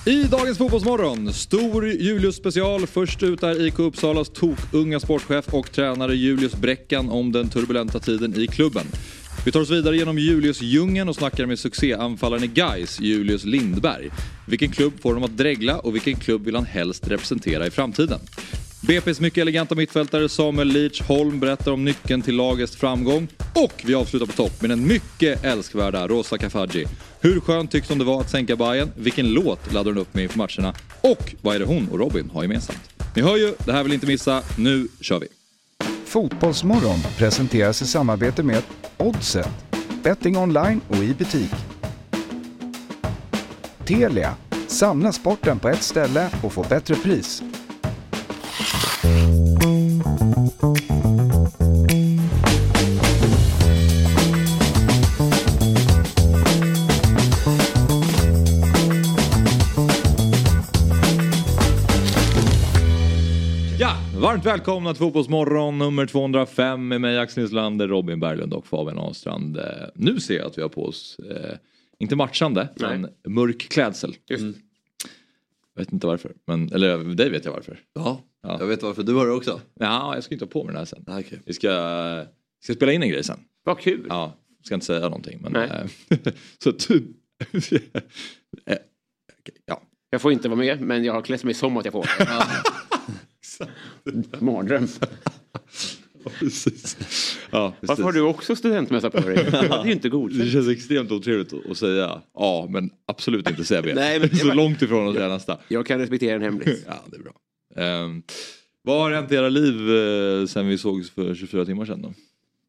I dagens fotbollsmorgon, stor Julius special. Först ut är IK Uppsalas unga sportchef och tränare Julius Bräckan om den turbulenta tiden i klubben. Vi tar oss vidare genom Julius djungeln och snackar med succéanfallaren i Gais, Julius Lindberg. Vilken klubb får de att dregla och vilken klubb vill han helst representera i framtiden? BP's mycket eleganta mittfältare Samuel Leach Holm berättar om nyckeln till lagets framgång. Och vi avslutar på topp med den mycket älskvärda Rosa Kafaji. Hur skönt tyckte hon det var att sänka Bayern? Vilken låt laddar hon upp med inför matcherna? Och vad är det hon och Robin har gemensamt? Ni hör ju, det här vill inte missa. Nu kör vi! Fotbollsmorgon presenteras i samarbete med Oddset, betting online och i butik. Telia, samla sporten på ett ställe och få bättre pris. Varmt välkomna till Fotbollsmorgon nummer 205 med mig Axel Nislander, Robin Berglund och Fabian Ahlstrand. Nu ser jag att vi har på oss, inte matchande, men mörk klädsel. Just. Jag vet inte varför, men, eller dig vet jag varför. Ja, jag vet varför. Du har det också. Ja, jag ska inte ha på mig den här sen. Okay. Vi ska spela in en grej sen. Vad kul. Ja, ska inte säga någonting. Men, så ja. Jag får inte vara med, men jag har klätt mig som att jag får. Mardröm. Precis. Ja, precis. Varför har du också studentmössa på dig? Det är ju inte godkänt. Det känns extremt otrevligt att säga ja, men absolut inte säga Nej, men så långt ifrån att säga nästa. Jag kan respektera en hemlis. Ja, det är bra. Vad har hänt i era liv sen vi sågs för 24 timmar sedan då?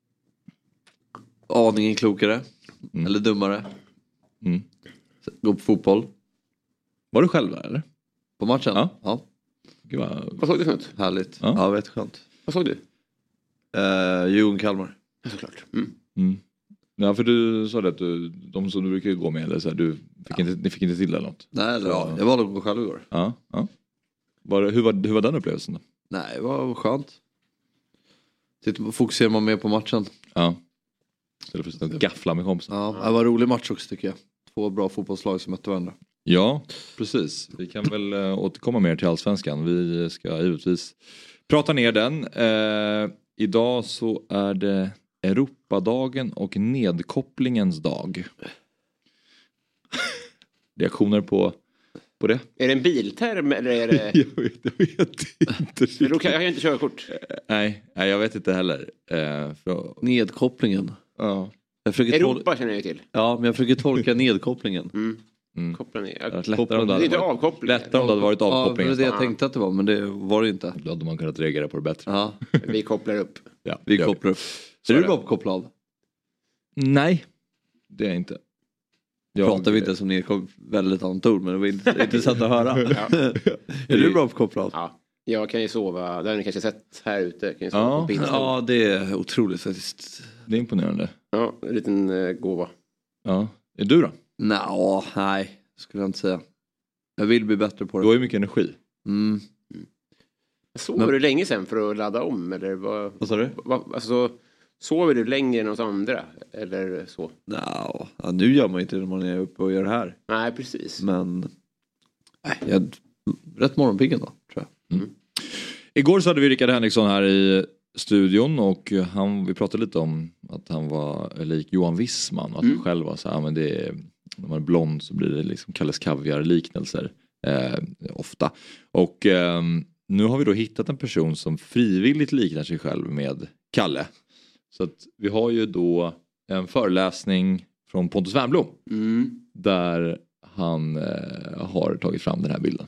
Aningen klokare. Eller dummare. Gå på fotboll. Var du själv där eller? På matchen? Ja. Gud, Vad såg du för något? Härligt. Ja, vet skönt. Vad såg du? Djurgården Kalmar. Ja, såklart. Ja, för du sa det att de som du brukar gå med, eller så här, ni fick inte till eller något. Nej, eller ja. Jag valde att gå själv igår. Ja. Hur var den upplevelsen då? Nej, det var skönt. Fokuserar man mer på matchen. Ja. Istället för att gaffla med kompisen. Ja, det var en rolig match också tycker jag. 2 bra fotbollslag som mötte varandra. Ja, precis. Vi kan väl återkomma mer till Allsvenskan. Vi ska givetvis prata ner den. Idag så är det Europadagen och nedkopplingens dag. Reaktioner på det? Är det en bilterm eller är det... jag vet inte. Jag har ju inte körkort. Nej, jag vet inte heller. Nedkopplingen. Ja. Europa känner jag till. Ja, men jag försöker tolka nedkopplingen. Koppla ner. Lättare om det hade varit avkoppling. Ja, det jag tänkte att det var, men det var det inte. Då hade man kunnat reagera på det bättre. Ja. Vi kopplar upp. Ja, vi kopplar upp. Så är du bara uppkopplad? Nej, det är jag inte. Pratar vi inte som ni kom väldigt annat ord, men det var intressant att höra. Är du bra uppkopplad? Ja. Jag kan ju sova, där har ni kanske sett här ute. Kan ju sova på ja, det är otroligt faktiskt. Det är imponerande. Ja, en liten gåva. Ja, är du då? Nej, skulle jag inte säga. Jag vill bli bättre på det. Du har ju mycket energi. Sover du länge sen för att ladda om? Eller vad sa du? Alltså, sover du längre än oss andra? Eller så? Ja, nu gör man inte det när man är uppe och gör det här. Nej, precis. Men jag är rätt morgonpiggen då, tror jag. Igår så hade vi Rickard Henriksson här i studion och vi pratade lite om att han var lik Johan Wissman och att han själv var så här, men det är, när man är blond så blir det liksom Kalles Kaviar liknelser ofta. Och nu har vi då hittat en person som frivilligt liknar sig själv med Kalle. Så att vi har ju då en föreläsning från Pontus Wernbloom där han har tagit fram den här bilden.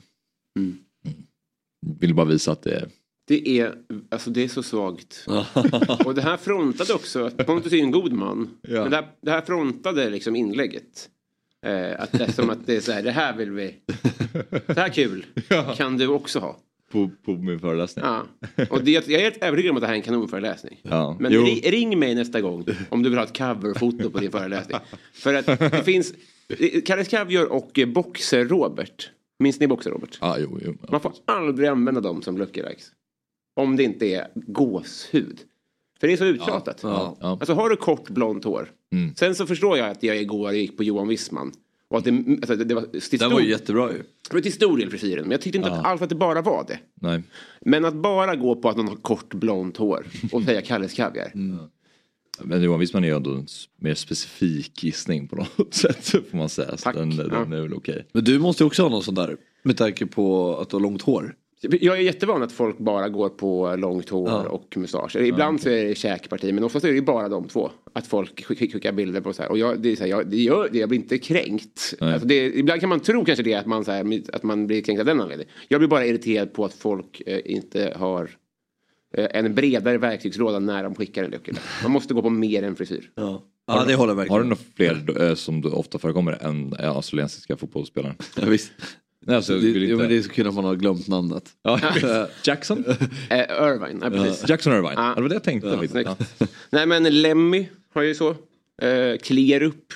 Vill bara visa att det är så svagt. Och det här frontade också, Pontus är en god man. Men det här frontade liksom inlägget. Att det är som att det är så här, det här vill vi. Så här kul kan du också ha. På min föreläsning. Ja. Och jag är helt övertygad om att det här är en kanonföreläsning. Ja. Men ring mig nästa gång om du vill ha ett coverfoto på din föreläsning. För att det finns Kalles Kaviar och Boxer Robert. Minns ni Boxer Robert? Ja, jo. Man får aldrig använda dem som lookalikes. Om det inte är gåshud. För det är så uttjatat. Ja. Alltså har du kort blont hår. Sen så förstår jag att jag igår gick på Johan Wissman. Och att det var det var ju jättebra ju. Det var till stor del frisyren. Men jag tyckte inte alls att det bara var det. Nej. Men att bara gå på att någon har kort blont hår och säga Kalles kaviar. Men Johan Wisman är ju ändå en mer specifik gissning på något sätt, får man säga. Tack. Den är väl okej. Men du måste ju också ha någon sån där, med tanke på att du har långt hår. Jag är jättevan att folk bara går på långt hår och mustasch. Ibland så är det käkparti, men oftast är det ju bara de två. Att folk skickar bilder på så här. Och jag blir inte kränkt. Alltså ibland kan man tro kanske det, att man blir kränkt av den anledningen. Jag blir bara irriterad på att folk inte har en bredare verktygslåda när de skickar en lucka. Man måste gå på mer än frisyr. Ja, det håller verkligen. Har du några fler som du ofta förekommer än australiensiska fotbollsspelare? Ja, visst. Nej, alltså, men det är så kul att man har glömt namnet. Jackson? Irvine, precis. Jackson Irvine, det var det jag tänkte. Nej, men Lemmy har ju så. Klerup.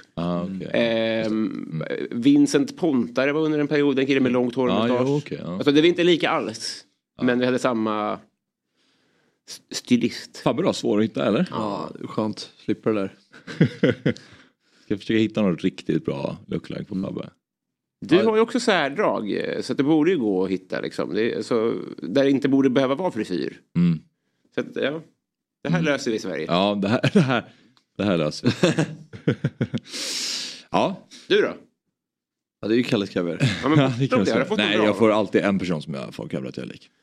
Vincent Pontare var under en period en kille med långt hår och mustasch. Alltså, det var inte lika alls. Men vi hade samma stylist. Fabbe då, svår att hitta eller? Ja, skönt. Slipper det där. Ska jag försöka hitta något riktigt bra lookalike på Fabbe. Du har ju också särdrag, så att det borde ju gå att hitta liksom. Där det inte borde behöva vara frisyr. Så att, det här löser vi i Sverige. Ja, det här löser vi. Ja. Du då? Ja, det är ju Kalles kaviar. Ja, men nej, jag får alltid en person som jag får hävda att jag är lik.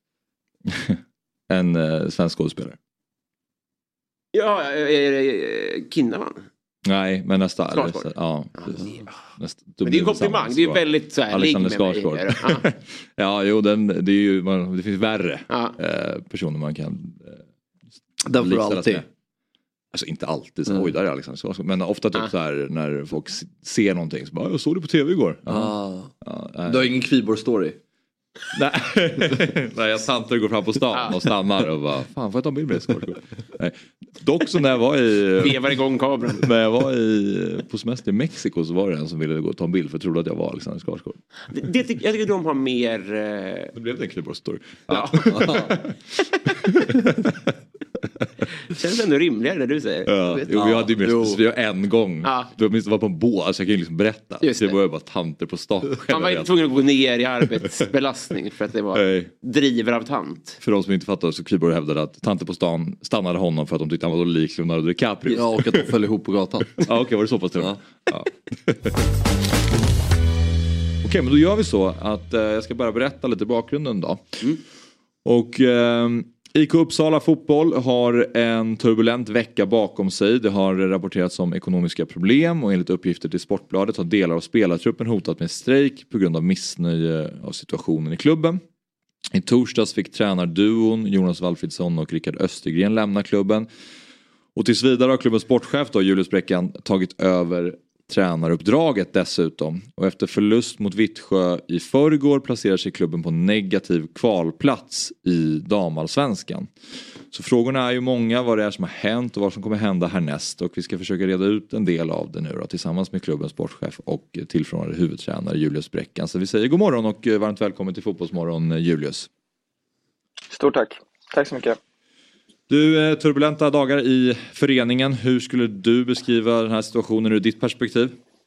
En svensk skådespelare. Ja, Kinnaman. Nej, men nästa. Ja. Men det är en komplimang. Det är väldigt så här Alexander Skarsgård. Ja, jo, det är ju det finns värre personer man kan den får alltid. Alltså inte alltid så där är Alexander Skarsgård, men ofta typ så här när folk ser någonting så bara jag såg det på tv igår. Du har ingen keyboard-story. Nej, jag tanter går fram på stan och stannar och bara fan, får jag ta en bild med Skarsgård? Nej. Dock så när jag var vevar igång kameran. När jag var på semester i Mexiko så var det en som ville gå och ta en bild för jag trodde att jag var Alexander Skarsgård. Jag tycker de har mer Det blev en keyboard-story. Känns ändå rimligare när du säger. Vi hade ju vi har en gång. Du minst var på en båt, alltså jag kan ju liksom berätta. Det var ju bara tanter på stan. Man var inte tvungen att gå ner i arbetsbelastning för att det var driver av tant. För de som inte fattar så Keyboard hävdade att tanter på stan stannade honom för att de tyckte han var så lik Leonardo DiCaprio. Ja, och att de föll ihop på gatan. Okej, var det så pass trevligt? Ja. Okej, men då gör vi så att jag ska bara berätta lite bakgrunden då. Och IK Uppsala fotboll har en turbulent vecka bakom sig. Det har rapporterats om ekonomiska problem och enligt uppgifter till Sportbladet har delar av spelartruppen hotat med strejk på grund av missnöje av situationen i klubben. I torsdags fick tränarduon Jonas Valfridsson och Rickard Östergren lämna klubben. Och tills vidare har klubbens sportchef då, Julius Bräckan tagit över tränaruppdraget dessutom. Och efter förlust mot Vittsjö i förrgår placerar sig klubben på negativ kvalplats i damallsvenskan. Så frågorna är ju många, vad det är som har hänt och vad som kommer hända härnäst. Och vi ska försöka reda ut en del av det nu då, tillsammans med klubbens sportchef och tillförordnade huvudtränare Julius Bräckan. Så vi säger god morgon och varmt välkommen till Fotbollsmorgon, Julius. Stort tack. Tack så mycket. Du, turbulenta dagar i föreningen. Hur skulle du beskriva den här situationen ur ditt perspektiv?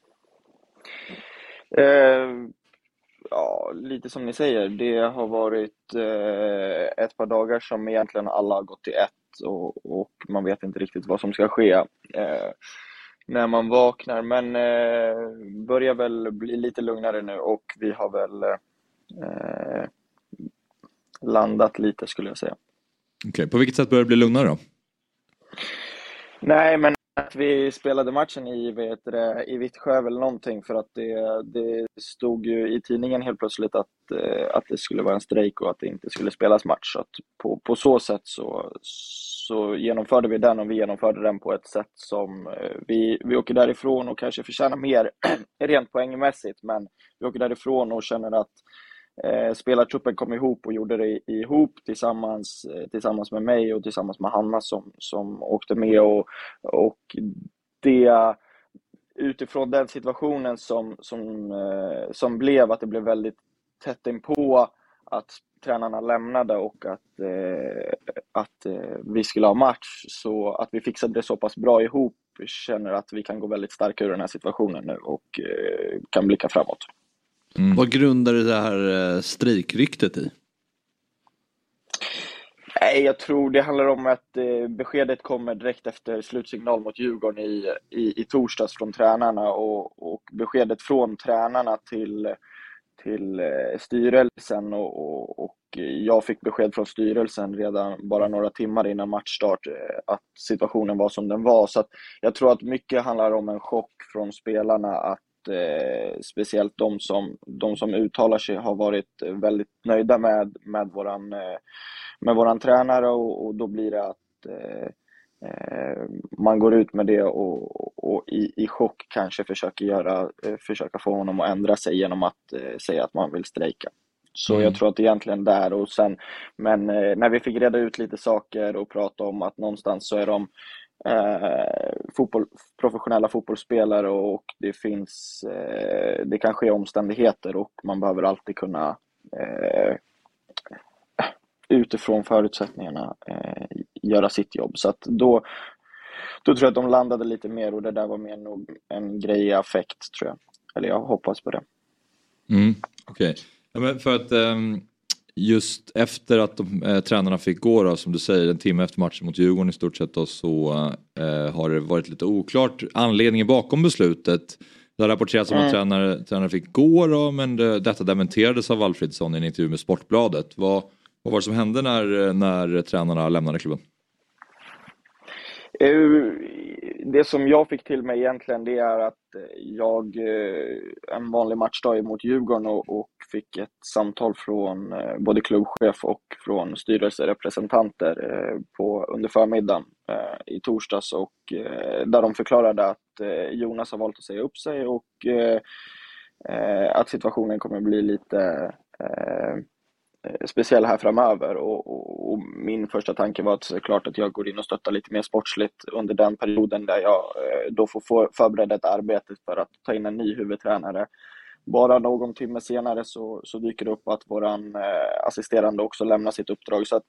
Ja, lite som ni säger. Det har varit ett par dagar som egentligen alla har gått till ett och man vet inte riktigt vad som ska ske när man vaknar. Men börjar väl bli lite lugnare nu och vi har väl landat lite, skulle jag säga. Okej, på vilket sätt börjar det bli lugnare då? Nej, men att vi spelade matchen i Vittsjö eller någonting, för att det stod ju i tidningen helt plötsligt att det skulle vara en strejk och att det inte skulle spelas match. Så att på så sätt så genomförde vi den, och vi genomförde den på ett sätt som vi åker därifrån och kanske förtjänar mer rent poängmässigt, men vi åker därifrån och känner att spelartruppen kom ihop och gjorde det ihop tillsammans med mig och tillsammans med Hanna som åkte med, och det utifrån den situationen som blev att det blev väldigt tätt inpå, att tränarna lämnade och att vi skulle ha match, så att vi fixade det så pass bra ihop, känner att vi kan gå väldigt starka ur den här situationen nu och kan blicka framåt. Vad grundar det här strejkryktet i? Nej, jag tror det handlar om att beskedet kommer direkt efter slutsignal mot Djurgården i torsdags från tränarna, och beskedet från tränarna till styrelsen och jag fick besked från styrelsen redan bara några timmar innan matchstart att situationen var som den var. Så att jag tror att mycket handlar om en chock från spelarna, att speciellt de som uttalar sig har varit väldigt nöjda med våran tränare, och då blir det att man går ut med det och i chock kanske försöka få honom att ändra sig genom att säga att man vill strejka. Så jag tror att egentligen där, och sen, men när vi fick reda ut lite saker och prata om att någonstans så är de professionella fotbollsspelare, och det kan ske omständigheter och man behöver alltid kunna utifrån förutsättningarna göra sitt jobb. Så att då tror jag att de landade lite mer, och det där var mer nog en grej i affekt, tror jag. Eller jag hoppas på det. Okej. Ja, men för att just efter att tränarna fick gå då, som du säger, en timme efter matchen mot Djurgården i stort sett då, så har det varit lite oklart anledningen bakom beslutet. Det har rapporterats om att tränare fick gå då, men detta dementerades av Alfredsson i en intervju med Sportbladet. Vad var det som hände när tränarna lämnade klubben? Det som jag fick till mig egentligen, det är att jag en vanlig matchdag mot Djurgården och fick ett samtal från både klubbchef och från styrelserepresentanter under förmiddagen i torsdags, och där de förklarade att Jonas har valt att säga upp sig och att situationen kommer bli lite speciell här framöver, och min första tanke var att såklart att jag går in och stöttar lite mer sportsligt under den perioden, där jag då får förbereda ett arbete för att ta in en ny huvudtränare. Bara någon timme senare så dyker det upp att våran assisterande också lämnar sitt uppdrag. Så att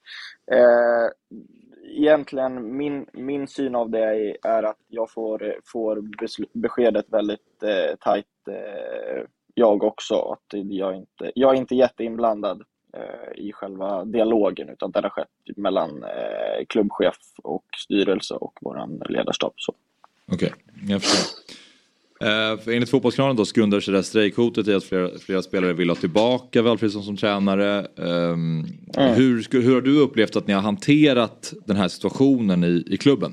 egentligen min syn av det är att jag får beskedet väldigt tajt, jag också, att jag är inte jätteinblandad i själva dialogen, utan det har skett mellan klubbchef och styrelse och våran ledarstab. Okej, jag förstår. För enligt Fotbollskanalen då grundar sig det här strejkhotet i att flera spelare vill ha tillbaka Alfredsson som tränare. Hur har du upplevt att ni har hanterat den här situationen i klubben?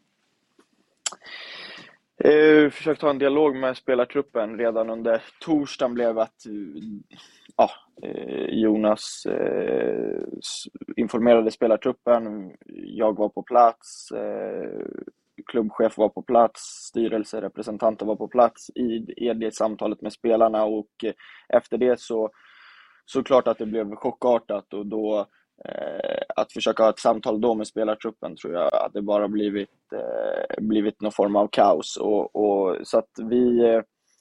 Försökt ha en dialog med spelartruppen. Redan under torsdagen blev att Jonas informerade spelartruppen. Jag var på plats, klubbchef var på plats, styrelserepresentanter var på plats i det samtalet med spelarna, och efter det så klart att det blev chockartat, och då att försöka ha ett samtal då med spelartruppen tror jag att det bara blivit någon form av kaos, och så att vi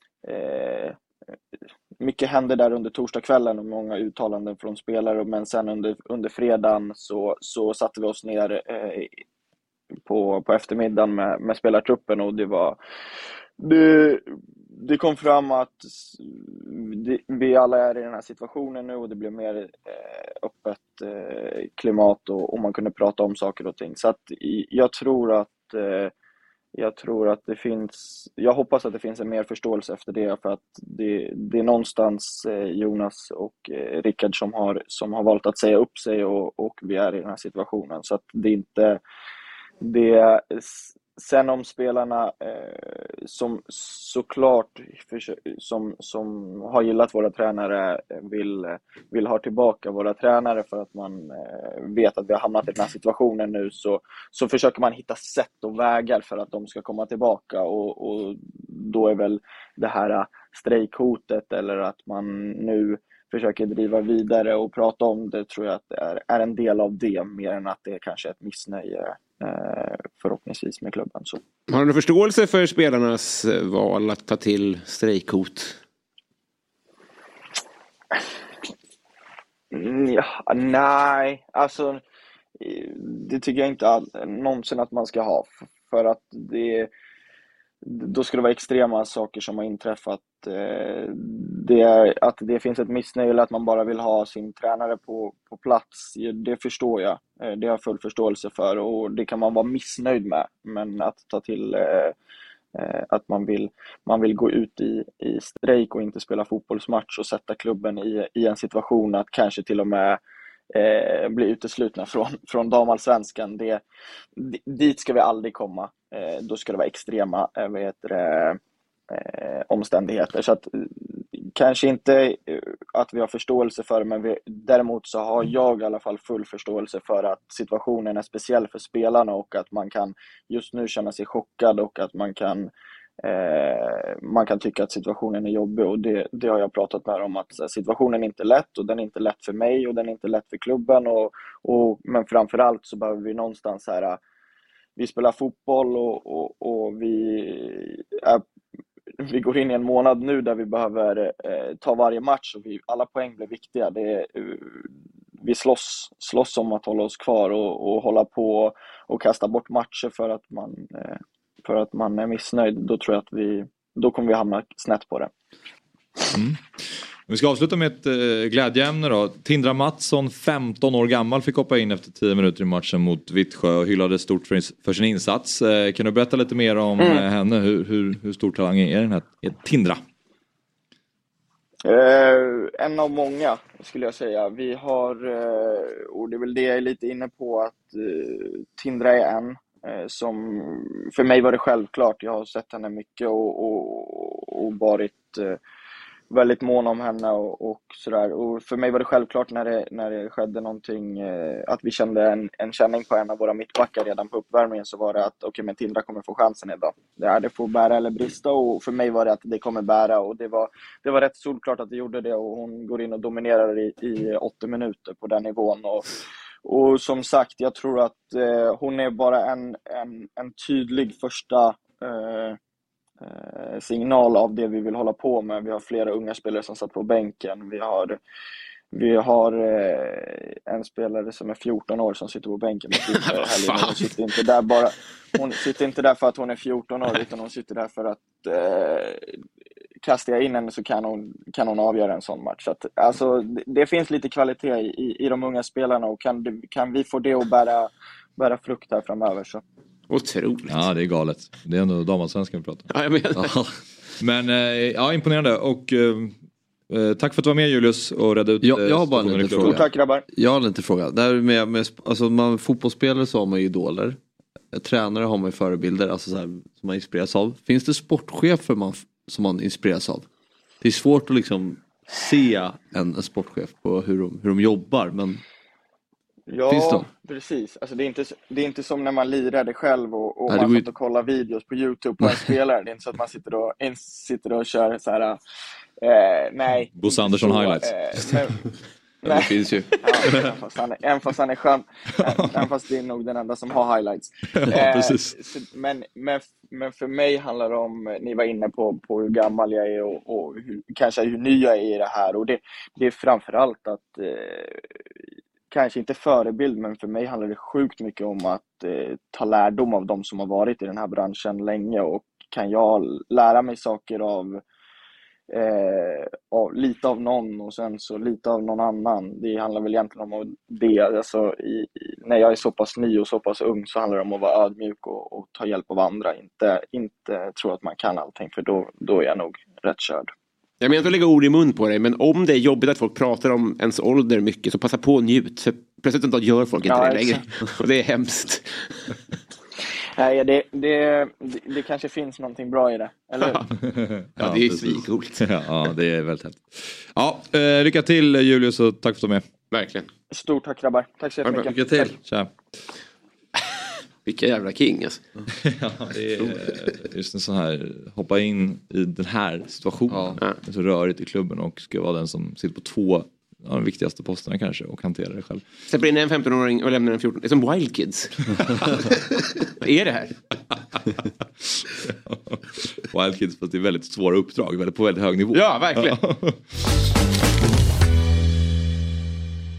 mycket hände där under torsdagskvällen och många uttalanden från spelare, men sen under fredagen så satte vi oss ner på eftermiddagen med spelartruppen, och det kom fram att vi alla är i den här situationen nu, och det blev mer öppet klimat, och man kunde prata om saker och ting. Så att jag tror att det finns, jag hoppas att det finns en mer förståelse efter det, för att det är någonstans Jonas och Rickard som har valt att säga upp sig, och vi är i den här situationen. Så att det inte sen om spelarna som såklart som har gillat våra tränare vill ha tillbaka våra tränare, för att man vet att vi har hamnat i den här situationen nu, så försöker man hitta sätt och vägar för att de ska komma tillbaka, och då är väl det här strejkhotet, eller att man nu försöker driva vidare och prata om det, tror jag att det är en del av det, mer än att det är kanske ett missnöje förhoppningsvis med klubben. Så. Har du förståelse för spelarnas val att ta till strejkhot? Nej, alltså det tycker jag inte någonsin att man ska ha. För att då ska det vara extrema saker som har inträffat. Att det finns ett missnöje eller att man bara vill ha sin tränare på plats, det förstår jag. Det har jag full förståelse för och det kan man vara missnöjd med. Men att ta till att man vill gå ut i strejk och inte spela fotbollsmatch och sätta klubben i en situation att kanske till och med bli uteslutna från damallsvenskan. Dit ska vi aldrig komma. Då ska det vara extrema omständigheter. Så att kanske inte att vi har förståelse för det, men däremot så har jag i alla fall full förståelse för att situationen är speciell för spelarna och att man kan just nu känna sig chockad och att man kan tycka att situationen är jobbig, och det har jag pratat med om, att situationen är inte lätt och den är inte lätt för mig och den är inte lätt för klubben men framförallt så behöver vi någonstans här, vi spelar fotboll och vi går in i en månad nu där vi behöver ta varje match och alla poäng blir viktiga. Vi slåss om att hålla oss kvar och hålla på och kasta bort matcher för att man är missnöjd. Då tror jag att då kommer vi hamna snett på det. Vi ska avsluta med ett glädjeämne då. Tindra Mattsson, 15 år gammal, fick hoppa in efter 10 minuter i matchen mot Vittsjö och hyllade stort för sin insats. Kan du berätta lite mer om henne? Hur stor talang är den här Tindra? En av många skulle jag säga. Vi har, och det är väl det jag är lite inne på, att Tindra är en som för mig var det självklart. Jag har sett henne mycket och varit väldigt mån om henne och sådär. Och för mig var det självklart när det skedde någonting, att vi kände en känning på en av våra mittbackar redan på uppvärmningen, så var det att okej, men Tindra kommer få chansen idag. Det får bära eller brista, och för mig var det att det kommer bära, och det var rätt solklart att det gjorde det, och hon går in och dominerar i 80 minuter på den nivån. Och som sagt, jag tror att hon är bara en tydlig första signal av det vi vill hålla på med. Vi har flera unga spelare som satt på bänken. Vi har en spelare som är 14 år som sitter på bänken. Hon sitter inte där för att hon är 14 år, utan hon sitter där för att kastar jag in henne så kan hon avgöra en sån match. Så att, alltså, det finns lite kvalitet i de unga spelarna, och kan vi få det att bära frukt här framöver så. Otroligt. Ja, det är galet. Det är ändå damallsvenskan vi pratar. Ja, jag menar. Ja. Men ja, imponerande. Och tack för att du var med, Julius, och redde ut. Jag har bara en liten fråga. Tack, grabbar. Jag har en liten fråga. Det här med alltså, fotbollsspelare så har man ju idoler. Tränare har man ju förebilder, alltså så här, som man inspireras av. Finns det sportchefer som man inspireras av? Det är svårt att liksom se en sportchef på hur de jobbar, men ja, precis. Alltså, det är inte som när man lirade själv och man satt och kollar videos på YouTube på en spelare. Det är inte så att man sitter och kör så här. Nej. Bosse Andersson highlights. Det finns ju. Ja, även fast han är skön. Även fast det är nog den enda som har highlights. Ja, precis. Men för mig handlar det om, ni var inne på hur gammal jag är och kanske hur ny jag är i det här. Och det är framförallt att kanske inte förebild, men för mig handlar det sjukt mycket om att ta lärdom av de som har varit i den här branschen länge, och kan jag lära mig saker av lite av någon och sen så lite av någon annan. Det handlar väl egentligen om det. Alltså, när jag är så pass ny och så pass ung så handlar det om att vara ödmjuk och ta hjälp av andra. Inte tro att man kan allting, för då är jag nog rätt körd. Jag menar inte att lägga ord i mun på dig, men om det är jobbigt att folk pratar om ens ålder mycket, så passa på och njut. För plötsligt inte gör folk inte det längre. Och det är hemskt. Nej, det kanske finns någonting bra i det, eller hur? Ja, det är svincoolt. Ja, det är väldigt häftigt. Ja, lycka till, Julius, och tack för att du var med. Verkligen. Stort tack, grabbar. Tack så jättemycket. Lycka till. Tja. Vilka jävla king, alltså. Ja, det är just en sån här, hoppa in i den här situationen. Ja. Så rörigt i klubben, och ska vara den som sitter på 2 av de viktigaste posterna kanske, och hantera det själv. Släpper in en 15-åring och lämnar en 14. Det är som Wild Kids. Vad är det här? Wild Kids, fast det är väldigt svåra uppdrag, på väldigt hög nivå. Ja, verkligen.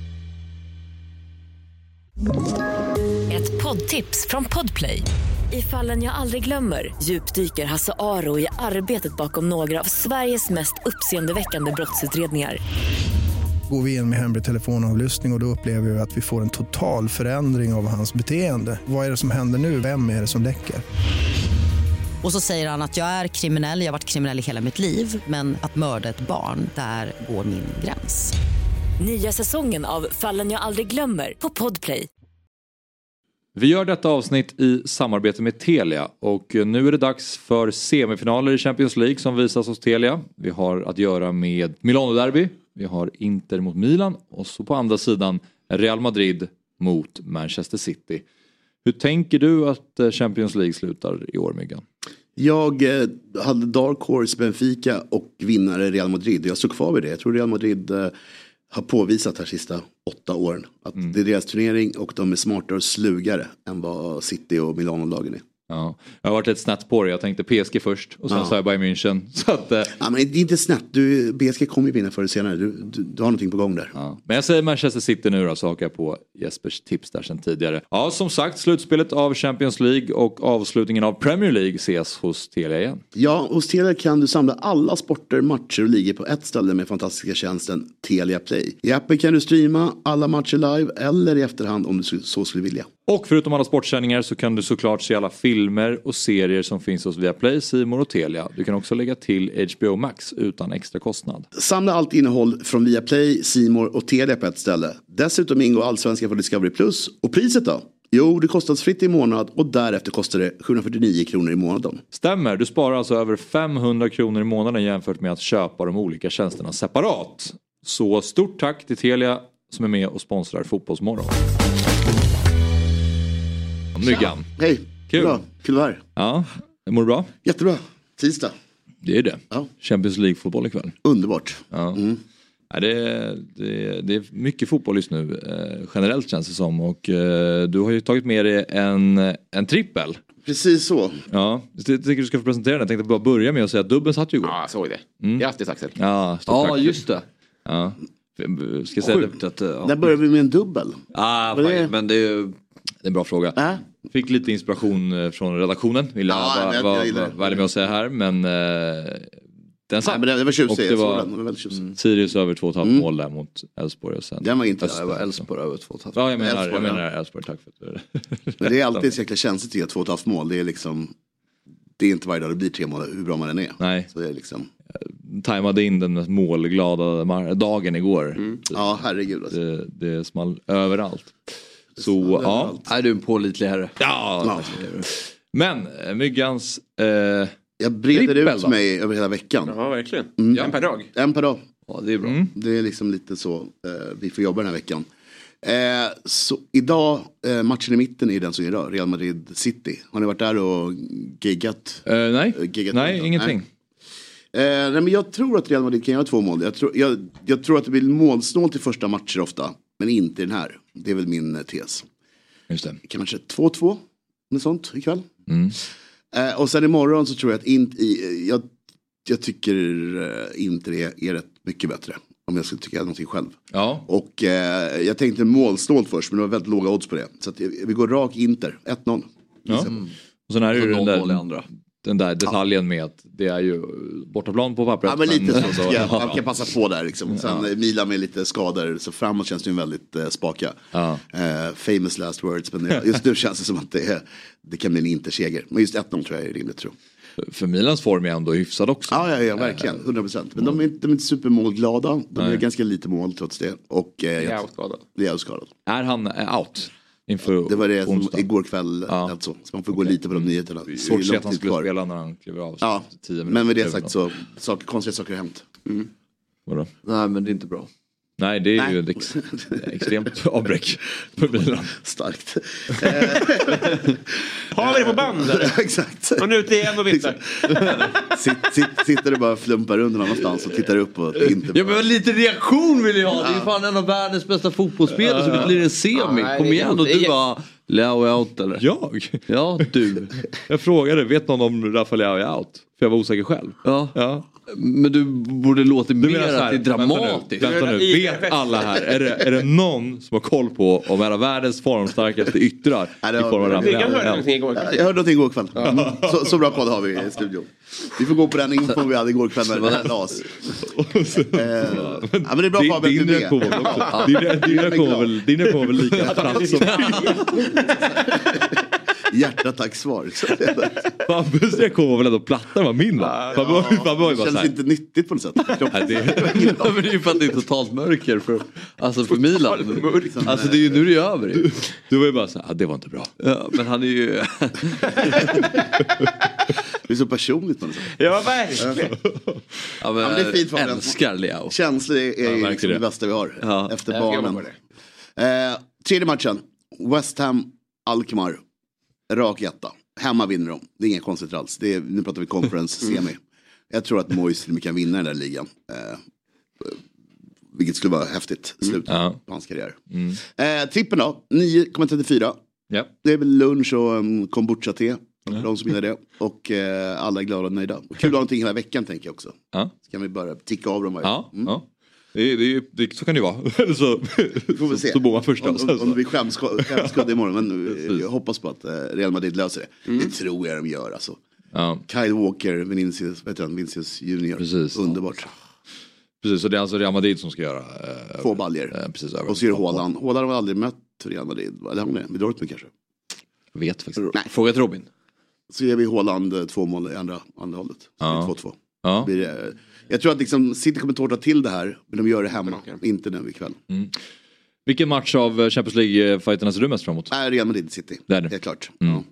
Tips från Podplay. I Fallen jag aldrig glömmer djupdyker Hasse Aro i arbetet bakom några av Sveriges mest uppseendeväckande brottsutredningar. Går vi in med hemlig telefonavlyssning och då upplever vi att vi får en total förändring av hans beteende. Vad är det som händer nu? Vem är det som läcker? Och så säger han att jag är kriminell, jag har varit kriminell i hela mitt liv. Men att mörda ett barn, där går min gräns. Nya säsongen av Fallen jag aldrig glömmer på Podplay. Vi gör detta avsnitt i samarbete med Telia och nu är det dags för semifinaler i Champions League som visas hos Telia. Vi har att göra med Milano-derby, vi har Inter mot Milan och så på andra sidan Real Madrid mot Manchester City. Hur tänker du att Champions League slutar i år, Myggan? Jag hade Dark Horse, Benfica och vinnare Real Madrid. Jag stod kvar vid det. Jag tror Real Madrid har påvisat här sista 8 åren att det är deras turnering och de är smartare och slugare än vad City och Milano-lagen är. Ja, jag har varit ett snett på det. Jag tänkte PSG först och sen sa jag Bayern München. Så att, ja, men det är inte snett. PSG kommer ju vinna förr eller senare. Du har någonting på gång där. Ja. Men jag säger Manchester City nu då, så hakar jag på Jespers tips där sedan tidigare. Ja, som sagt, slutspelet av Champions League och avslutningen av Premier League ses hos Telia igen. Ja, hos Telia kan du samla alla sporter, matcher och ligor på ett ställe med fantastiska tjänsten Telia Play. I appen kan du streama alla matcher live eller i efterhand om du så skulle vilja. Och förutom alla sportsändningar så kan du såklart se alla filmer och serier som finns hos Viaplay, C More och Telia. Du kan också lägga till HBO Max utan extra kostnad. Samla allt innehåll från Viaplay, C More och Telia på ett ställe. Dessutom ingår Allsvenskan för Discovery Plus. Och priset då? Jo, det kostas fritt i månad och därefter kostar det 749 kronor i månaden. Stämmer, du sparar alltså över 500 kronor i månaden jämfört med att köpa de olika tjänsterna separat. Så stort tack till Telia som är med och sponsrar Fotbollsmorgon. Myggan. Hej, kul. Bra, kul att vara här. Ja, mår du bra? Jättebra, tisdag. Det är det. Ja. Champions League-fotboll ikväll. Underbart. Ja. Ja, det är mycket fotboll just nu, generellt känns det som. Och du har ju tagit med dig en trippel. Precis så. Ja, jag tycker du ska få presentera den. Jag tänkte bara börja med att säga att dubben satt ju igår. Ja, jag såg det. Grattis Axel. Ja, just det. Ja. Ska jag säga det? När börjar vi med en dubbel? Men det är ju... Det är en bra fråga. Fick lite inspiration från redaktionen. Vill jag vara med att säga här. Men den satt. Men det var tjusigt. Det var Sirius över 2,5 mål där mot Elfsborg. Och sen den var inte. Det var Elfsborg över 2,5. Ja, jag menar Elfsborg. Tack för det. Men det är alltid så jäkla känsligt att 2,5 mål. Det är liksom... Det är inte varje dag det blir 3 mål, hur bra man än är. Nej. Så det är liksom... Tajmade in den målglada dagen igår. Ja, herregud. Alltså. Det small överallt. Så, ja. Är du en pålitlig herre? Ja. Men, Myggans... jag breder ut mig över hela veckan. Ja, verkligen. En per dag. En per dag. Ja, det är bra. Det är liksom lite så vi får jobba den här veckan. Så idag, matchen i mitten är den som är idag. Real Madrid City. Har ni varit där och giggat? Nej, ingenting. Nej, men jag tror att Real Madrid kan göra 2 mål. Jag tror att det blir målsnålt i första matcher ofta. Men inte den här. Det är väl min tes. Just det. Kanske 2-2. Något sånt ikväll. Och sen imorgon så tror jag att jag tycker Inter är rätt mycket bättre. Om jag skulle tycka någonting själv. Ja. Och jag tänkte målsnålt först. Men det var väldigt låga odds på det. Så att vi går rak Inter. 1-0. Ja. Och sen är det ju den där detaljen med att det är ju bortaplan på pappret. Ja, men lite så. Jag kan passa på där liksom. Sen Milan med lite skador. Så framåt känns det ju väldigt spaka. Famous last words. Men just nu känns det som att det kan bli en Inter-seger. Men just 1-0 tror jag är rimligt, tror jag. För Milans form är ändå hyfsad också. Ja, verkligen. 100%. Men de är inte supermålglada. De är ganska lite mål trots det. Och outskadad. Är han out? Inför det var det som igår kväll alltså. Så man får gå lite på de nyheterna. Svårt att se att han skulle spela när han kliver av. Ja, 10 minuter. Men med det sagt så konstiga saker har hänt. Vadå? Nej, men det är inte bra. Nej, det är ju ett extremt avbräck för bilen. Starkt. Har vi det på band? Exakt. Man är ute igen och viftar. Sitter du bara och flumpar runt någonstans och tittar upp och inte. Ja, men lite reaktion vill jag ha. Det är fan en av världens bästa fotbollsspelare som blir en semi. Kom igen, och du bara Leao out eller? Jag? Ja, du. Jag frågade, vet någon om Rafael Leao är out? För jag var osäker själv. Ja. Men du borde låta mer att det är dramatiskt. Vänta nu. Vet alla här, är det någon som har koll på om en av världens formstarkaste yttrar i form av Jag hörde någonting igår. Jag hörde någonting igår kväll. Så bra koll har vi i studion. Vi får gå på den infon vi hade igår kväll när det las. Men det är bra Fabian att du är med. Din reaktion var väl lika platt som hjärtattacksvar. Fabbes reaktion var väl ändå plattare än vad min var. Fabbe var ju bara känns inte nyttigt på något sätt. Det är ju för att det är totalt mörker för Milan. Alltså det är ju nu det är över. Du var ju bara så här, det var inte bra. Ja, men han är ju... Det är så personligt på något sätt. Ja, verkligen. Ja, men det är fint, Fabian. Älskar Leo. Känslor är liksom det bästa vi har. Efter barnen. Tredje matchen. West Ham Alkmaar. Rak etta. Hemma vinner de. Det är inga konstigt alls. Nu pratar vi conference semi. Jag tror att Moyes kan vinna den där ligan. Vilket skulle vara häftigt slut på hans karriär. Trippen då. 9,34. Ja. Det är väl lunch och kombucha-te. De som gillar det. Och alla är glada och nöjda. Och kul att ha någonting hela veckan tänker jag också. Så kan vi bara ticka av dem varje. Så kan det vara. så bor man först. Om vi skämskudde imorgon. Men jag hoppas på att Real Madrid löser det. Det tror jag de gör alltså. Kyle Walker, Vinicius Junior. Precis. Underbart. Precis, så det är alltså Real Madrid som ska göra. Få baljer. Precis, och så är det Haaland. Haaland har aldrig mött Real Madrid. Eller har det? Med Dortmund kanske? Jag vet faktiskt. Nej. Fråga till Robin. Så ger vi Haaland 2 mål i andra hållet. Så 2-2. Ja. Jag tror att liksom City kommer tårta till det här. Men de gör det hemma. Inte nu ikväll. Vilken match av Champions League-fighterna ser du mest framåt? Real Madrid City. Det är det. Helt klart.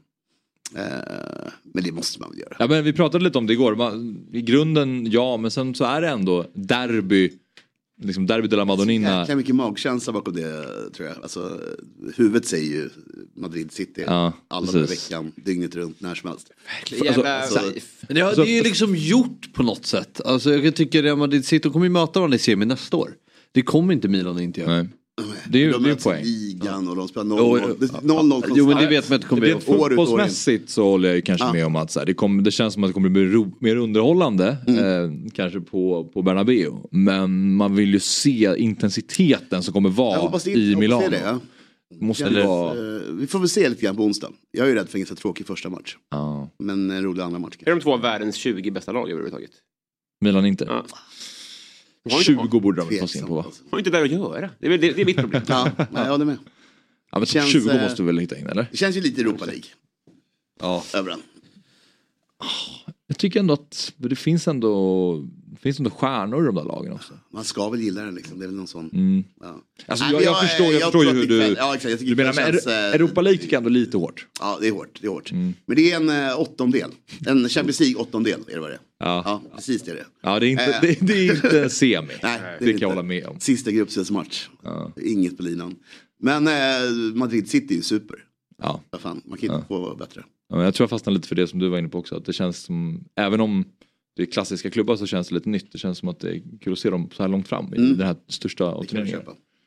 Men det måste man väl göra. Ja, men vi pratade lite om det igår. I grunden men sen så är det ändå derby. Liksom derby de la Madonnina. Jäkla mycket magkänsla bakom det tror jag. Alltså, huvudet säger ju Madrid City. Alla dagar i veckan, dygnet runt, när som helst. Det är ju liksom gjort på något sätt. Alltså, jag tycker att Madrid City kommer ju möta varandra i semi nästa år. Det kommer inte Milan inte göra. Nej. Det är ju en poäng. Ligan och de spelar 0-0. Jo, men det vet man att det kommer bli. Fotbollsmässigt så håller jag kanske med om att så här, det känns som att det kommer bli mer underhållande. Kanske på Bernabeu. Men man vill ju se intensiteten som kommer vara i Milano. Vi får väl se lite grann på onsdag. Jag är ju rädd för en ganska tråkig första match. Men en rolig andra match. Är de 2 av världens 20 bästa lag överhuvudtaget? Milan inte. 20 borde de få in på. Har inte där att göra. Det är mitt problem. Jag håller med. Ja, men känns, 20 måste vi väl hitta in, eller? Det känns ju lite Europa League. Överallt. Jag tycker ändå att det finns ändå stjärnor i de där lagen också. Man ska väl gilla den liksom. Det är väl någon sån... Alltså, jag förstår ju hur du menar. Men Europa League tycker jag ändå lite hårt. Ja, det är hårt. Men det är en 8-ondel. En Champions League 8-ondel är det vad det är. Ja, precis det är det. Ja, det är inte semi. Nej, det kan jag hålla med om. Sista gruppspelsmatch. Inget på linan. Men Madrid City är ju super. Ja. Fan, man kan inte få bättre. Ja, jag tror jag fastnar lite för det som du var inne på också. Att det känns som, även om det är klassiska klubbar så känns det lite nytt. Det känns som att det är kul att se dem så här långt fram i den här största turneringen.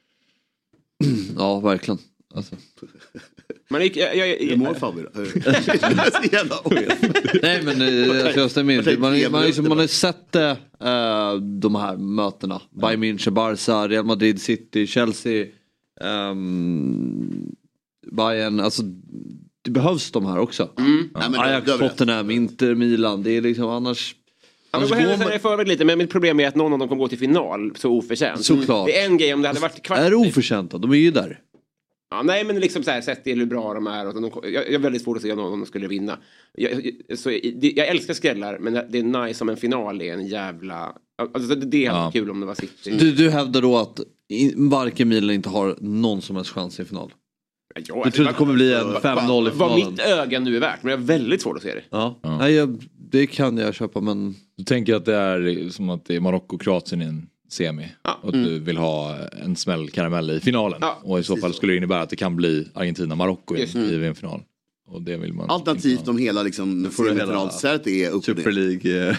Ja, verkligen. Alltså. Man är mål favorit. Nej, men jag stämmer inte. Man har sett de här mötena. Bayern München, Barca, Real Madrid, City, Chelsea, Bayern. Alltså, det behövs de här också. Ajax, Tottenham, Inter, Milan. Det är liksom annars... Annars går i förväg lite, men mitt problem är att någon av dem kommer gå till final så oförtjänt. Såklart. Det är en grej om det hade varit kvart. Är det oförtjänt då? De är ju där. Ja, nej, men liksom så här, sett till hur bra de är. Och jag är väldigt svårt att se någon om de skulle vinna. Jag älskar skrällar, men det är nice som en final är en jävla... Alltså, det är kul om det var City. Du hävdar då att varken Milan inte har någon som helst chans i final? Jag tror det kommer bli en 5-0 i finalen. Vad mitt öga nu är värt, men jag är väldigt svårt att se det. Ja. Nej, det kan jag köpa, men... Du tänker att det är som att det är Marocko och Kroatien i en semi. Och att du vill ha en smäll karamell i finalen. Och i så fall skulle det innebära att det kan bli Argentina-Marocko i en final. Och det vill man. Alternativt om hela liksom semifinalsätet är uppe. Super League.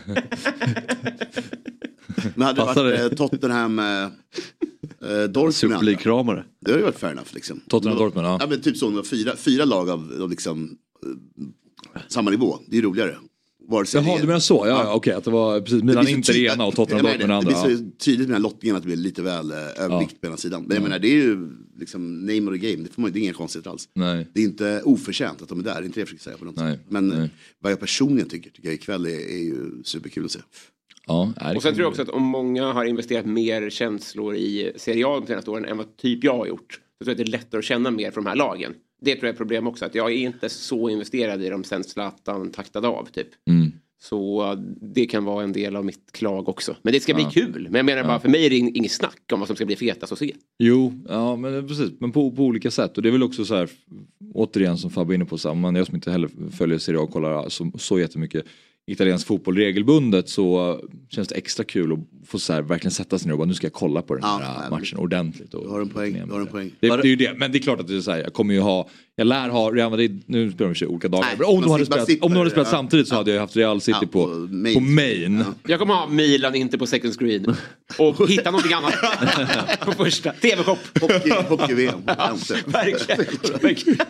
Men hade det varit Tottenham Dortmund. Super League-kramare. Det hade ju varit fair enough liksom. Tottenham Dortmund, ja. Men typ så, fyra lag av liksom samma nivå. Det är roligare. Jaha, du menar så? Ja. Okej, att det var precis Milan inte det ena och Tottenham Dortmund den andra. Det blir så tydligt med den lottningen att det blir lite väl övervikt på ena sidan. Men jag menar, det är ju liksom name of the game. Det är inga konstigt alls. Nej. Det är inte oförtjänt att de är där. Det är inte det jag försöker säga på något sätt. Men vad jag personligen tycker jag ikväll är ju superkul att se. Ja, och sen tror jag också att om många har investerat mer känslor i Serie A de senaste åren än vad typ jag har gjort, så tror jag att det är lättare att känna mer för de här lagen. Det tror jag är ett problem också, att jag är inte så investerad i dem sen Zlatan taktade av typ. Så det kan vara en del av mitt klag också. Men det ska bli kul. Men jag menar bara, för mig är det inget snack om vad som ska bli fetast att se. Jo, ja men precis. Men på olika sätt. Och det är väl också så här, återigen som Fabio är inne på, samman. Jag som inte heller följer Serie A och kollar så jättemycket italiensk fotboll regelbundet, så känns det extra kul att få så här, verkligen sätta sig ner och bara, nu ska jag kolla på den här matchen ordentligt. Och du har en poäng. Det är ju det, men det är klart att det är så här, jag lär ha Real Madrid, nu spelar de olika dagar. Nej, om de hade spelat samtidigt så hade jag haft Real City på main. Ja. Jag kommer ha Milan inte på second screen och hitta någonting annat på första. TV-shop. Hockey-VM. Verkligen.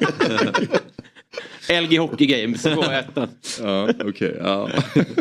LG Hockey Games på ettan. Ja, okej. Ja.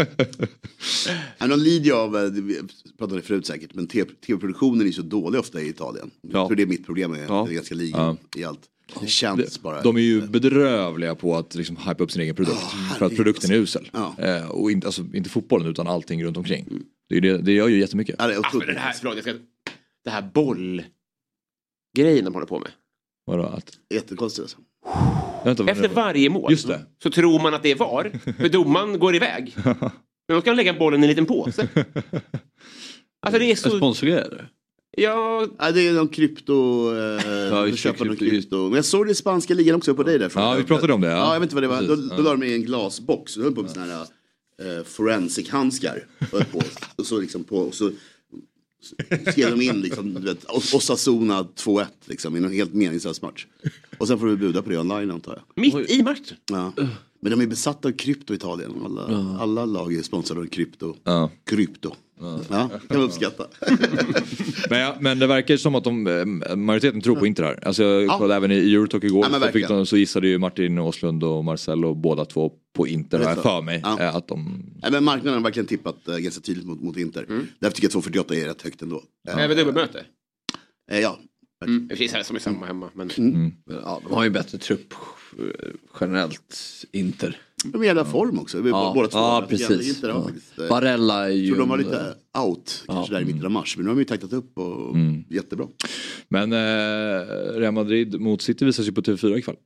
De lider av, vi pratade förut säkert, men tv-produktionen är så dålig ofta i Italien. Jag tror det är mitt problem med det ganska ligan i allt. Det känns bara. De är ju bedrövliga på att liksom hypa upp sin egen produkt. För att produkten är usel. Och inte fotbollen utan allting runt omkring. Det gör ju jättemycket. Det här bollgrejen de håller på med. Vadå? Jättekonstigt alltså. Efter varje mål så tror man att det är VAR. För domaren går iväg. Men då ska han lägga bollen i en liten påse. Alltså det är så... Sponsorerade? Ja, det är någon krypto. Köpa någon krypto. Men jag såg det i spanska ligan också på dig där. Ja, vi pratade om det. Ja, jag vet inte vad det var. Då la de i en glasbox. Då höll på med såna här forensic-handskar. Och så liksom på... Och så skrev de in liksom, du vet, Osasuna 2-1 liksom, i en helt meningslös match. Och sen får vi buda på det online, antar jag. Mitt i matchen? Ja. Men de är besatta av krypto i Italien. Alla lag är sponsrade av krypto. Krypto. Ja, kan man uppskatta. men det verkar som att majoriteten tror på Inter här. Alltså jag kollade även i Eurotalk igår, så gissade ju Martin Åslund och Marcelo båda två på Inter här för mig. Att men marknaden har verkligen tippat ganska tydligt mot Inter. Därför tycker jag 2,48 är rätt högt ändå. Även dubbelmöte? Ja. Det finns här som är samma hemma. Men... Ja, de har ju bättre trupp generellt, Inter. De är i jävla form också. Båda två. Ja, precis. Barella är ju... Jag tror de var lite out kanske där i mitten av mars. Men nu har de ju taktat upp och jättebra. Men Real Madrid mot City visas ju på TV4 ikväll.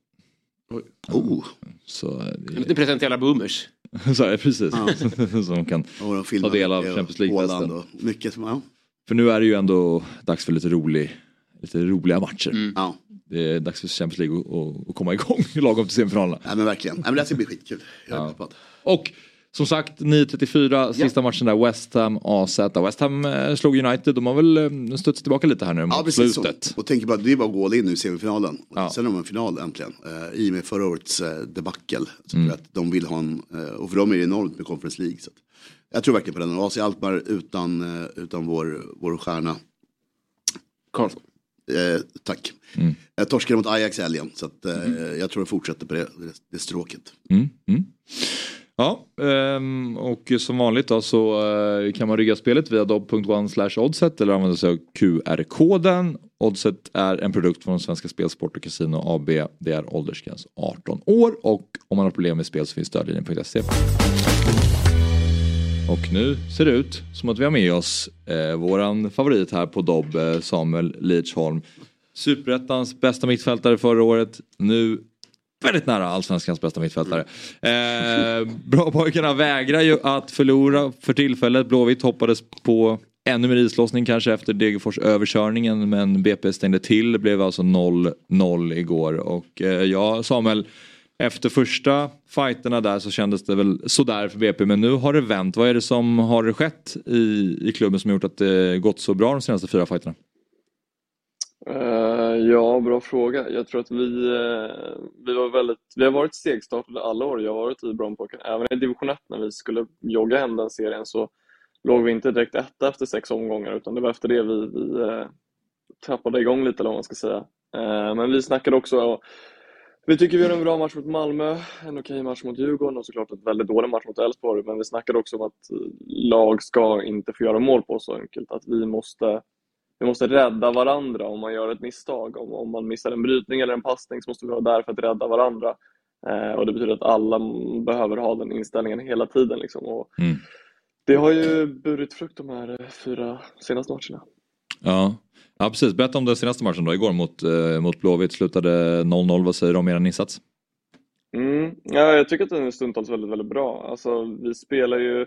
Så lite present till alla boomers. Så är det precis. Så de kan ta del av Champions League-festen. Mycket För nu är det ju ändå dags för lite roliga matcher. Det är dags för Champions League att komma igång lagom till semifinalerna. Ja men verkligen. Ja, men det ska bli skitkul. Och som sagt 9:34 sista matchen där, West Ham AZ. West Ham slog United. De har väl studsat tillbaka lite här nu mot slutet. Så. Och tänker bara, det är bara att gå in nu i semifinalen. Sen har man en final äntligen. I och med förra årets debacle. Så att de vill ha och för dem är det enormt med Conference League. Så att, jag tror verkligen på den. AC Alkmaar utan vår stjärna Karlsson. Tack. Jag torskade mot Ajax i helgen. Så att, jag tror jag fortsätter på det stråket. Ja, och som vanligt då så kan man rygga spelet via dobb.one/oddset eller använda sig av QR-koden. Oddset är en produkt från Svenska Spelsport och Casino AB. Det är åldersgräns 18 år och om man har problem med spel så finns stödlinjen.se. Och nu ser det ut som att vi har med oss våran favorit här på Dobb, Samuel Lidsholm. Superettans bästa mittfältare förra året. Nu väldigt nära allsvenskans bästa mittfältare. Bra pojkarna vägrar ju att förlora för tillfället. Blåvitt hoppades på ännu mer islossning kanske efter Degerfors överkörningen. Men BP stängde till. Det blev alltså 0-0 igår. Och Samuel, efter första fighterna där så kändes det väl sådär för BP. Men nu har det vänt. Vad är det som har skett i klubben som har gjort att det gått så bra de senaste 4 fighterna? Ja, bra fråga. Jag tror att vi har varit stegstartade alla år. Jag har varit i Brommapojkarna. Även i division 1 när vi skulle jogga hem den serien så låg vi inte direkt etta efter 6 omgångar. Utan det var efter det vi tappade igång lite eller vad man ska säga. Men vi snackade också Vi tycker vi har en bra match mot Malmö, en okej match mot Djurgården och såklart ett väldigt dålig match mot Elfsborg. Men vi snackade också om att lag ska inte få göra mål på så enkelt. Att vi måste rädda varandra om man gör ett misstag. Om man missar en brytning eller en passning så måste vi vara där för att rädda varandra. Och det betyder att alla behöver ha den inställningen hela tiden. Liksom. Och det har ju burit frukt de här 4 senaste matcherna. Ja, precis. Berätta om den senaste matchen då. Igår mot Blåvitt slutade 0-0. Vad säger du om er insats? Ja, jag tycker att den är stundtals väldigt, väldigt bra. Alltså, vi spelar ju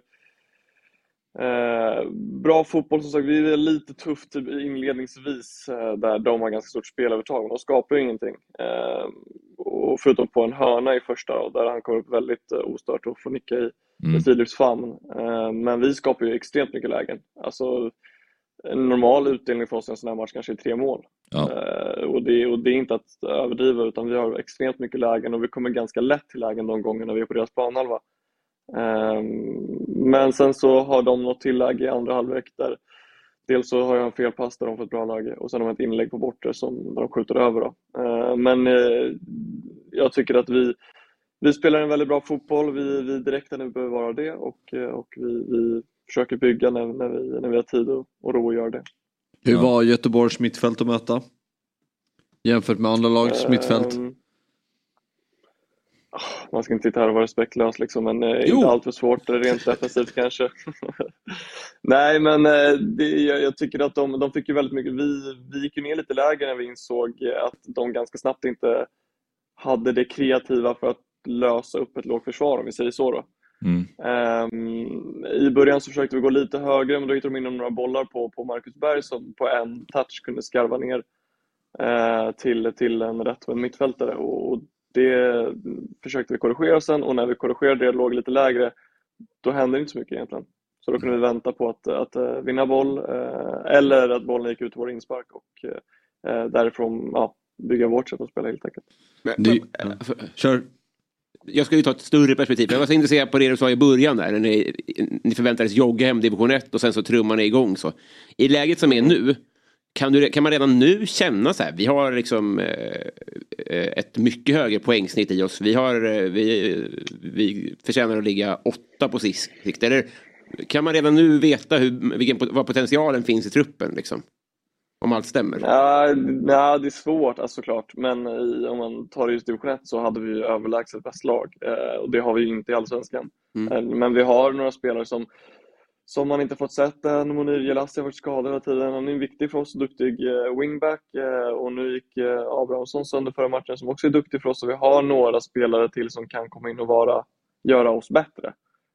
bra fotboll som sagt. Vi är lite tufft inledningsvis där de har ganska stort spelövertag. Men de skapar ju ingenting. Och förutom på en hörna i första där han kommer upp väldigt ostört och får nicka i Filips famn. Men vi skapar ju extremt mycket lägen. Alltså en normal utdelning för oss i en sån här match kanske är 3 mål. Ja. Och det är inte att överdriva utan vi har extremt mycket lägen och vi kommer ganska lätt till lägen de gångerna vi är på deras planhalva. Men sen så har de något tillägg i andra halvlek där dels så har jag en felpass där de får ett bra läge och sen har de ett inlägg på bortre som de skjuter över då. Men jag tycker att vi spelar en väldigt bra fotboll, vi direkta när vi behöver vara det och vi försöker bygga när vi har tid och ro att göra det. Hur var Göteborgs mittfält att möta? Jämfört med andra lags mittfält? Man ska inte sitta här och vara respektlös liksom, men inte allt för svårt rent defensivt kanske. Nej, men jag tycker att de fick ju väldigt mycket. Vi gick ju ner lite lägre när vi insåg att de ganska snabbt inte hade det kreativa för att lösa upp ett lågt försvar, om vi säger så då. I början så försökte vi gå lite högre, men då hittade de in några bollar på Marcus Berg som på en touch kunde skarva ner till en rätt med mittfältare och det försökte vi korrigera sen och när vi korrigerade det låg lite lägre då hände det inte så mycket egentligen. Så då kunde vi vänta på att vinna boll eller att bollen gick ut till vår inspark och därifrån bygga vårt sätt att spela helt enkelt. Kör. Jag ska ju ta ett större perspektiv. Jag var så intresserad på det du sa i början där. När ni förväntades jogga hem division 1 och sen så trummar ni igång. Så. I läget som är nu, kan man redan nu känna så här. Vi har liksom ett mycket högre poängsnitt i oss. Vi förtjänar att ligga 8 på sikt. Eller kan man redan nu veta vad potentialen finns i truppen liksom? Om allt stämmer. Ja, det är svårt alltså, såklart. Men om man tar just division 1 så hade vi ju överlägset bäst lag. Och det har vi ju inte i Allsvenskan. Men vi har några spelare som man inte fått sett. Monir Jelassi har varit skadad hela tiden. Han är viktig för oss, duktig wingback. Och nu gick Abrahamsson sönder förra matchen som också är duktig för oss. Så vi har några spelare till som kan komma in och göra oss bättre.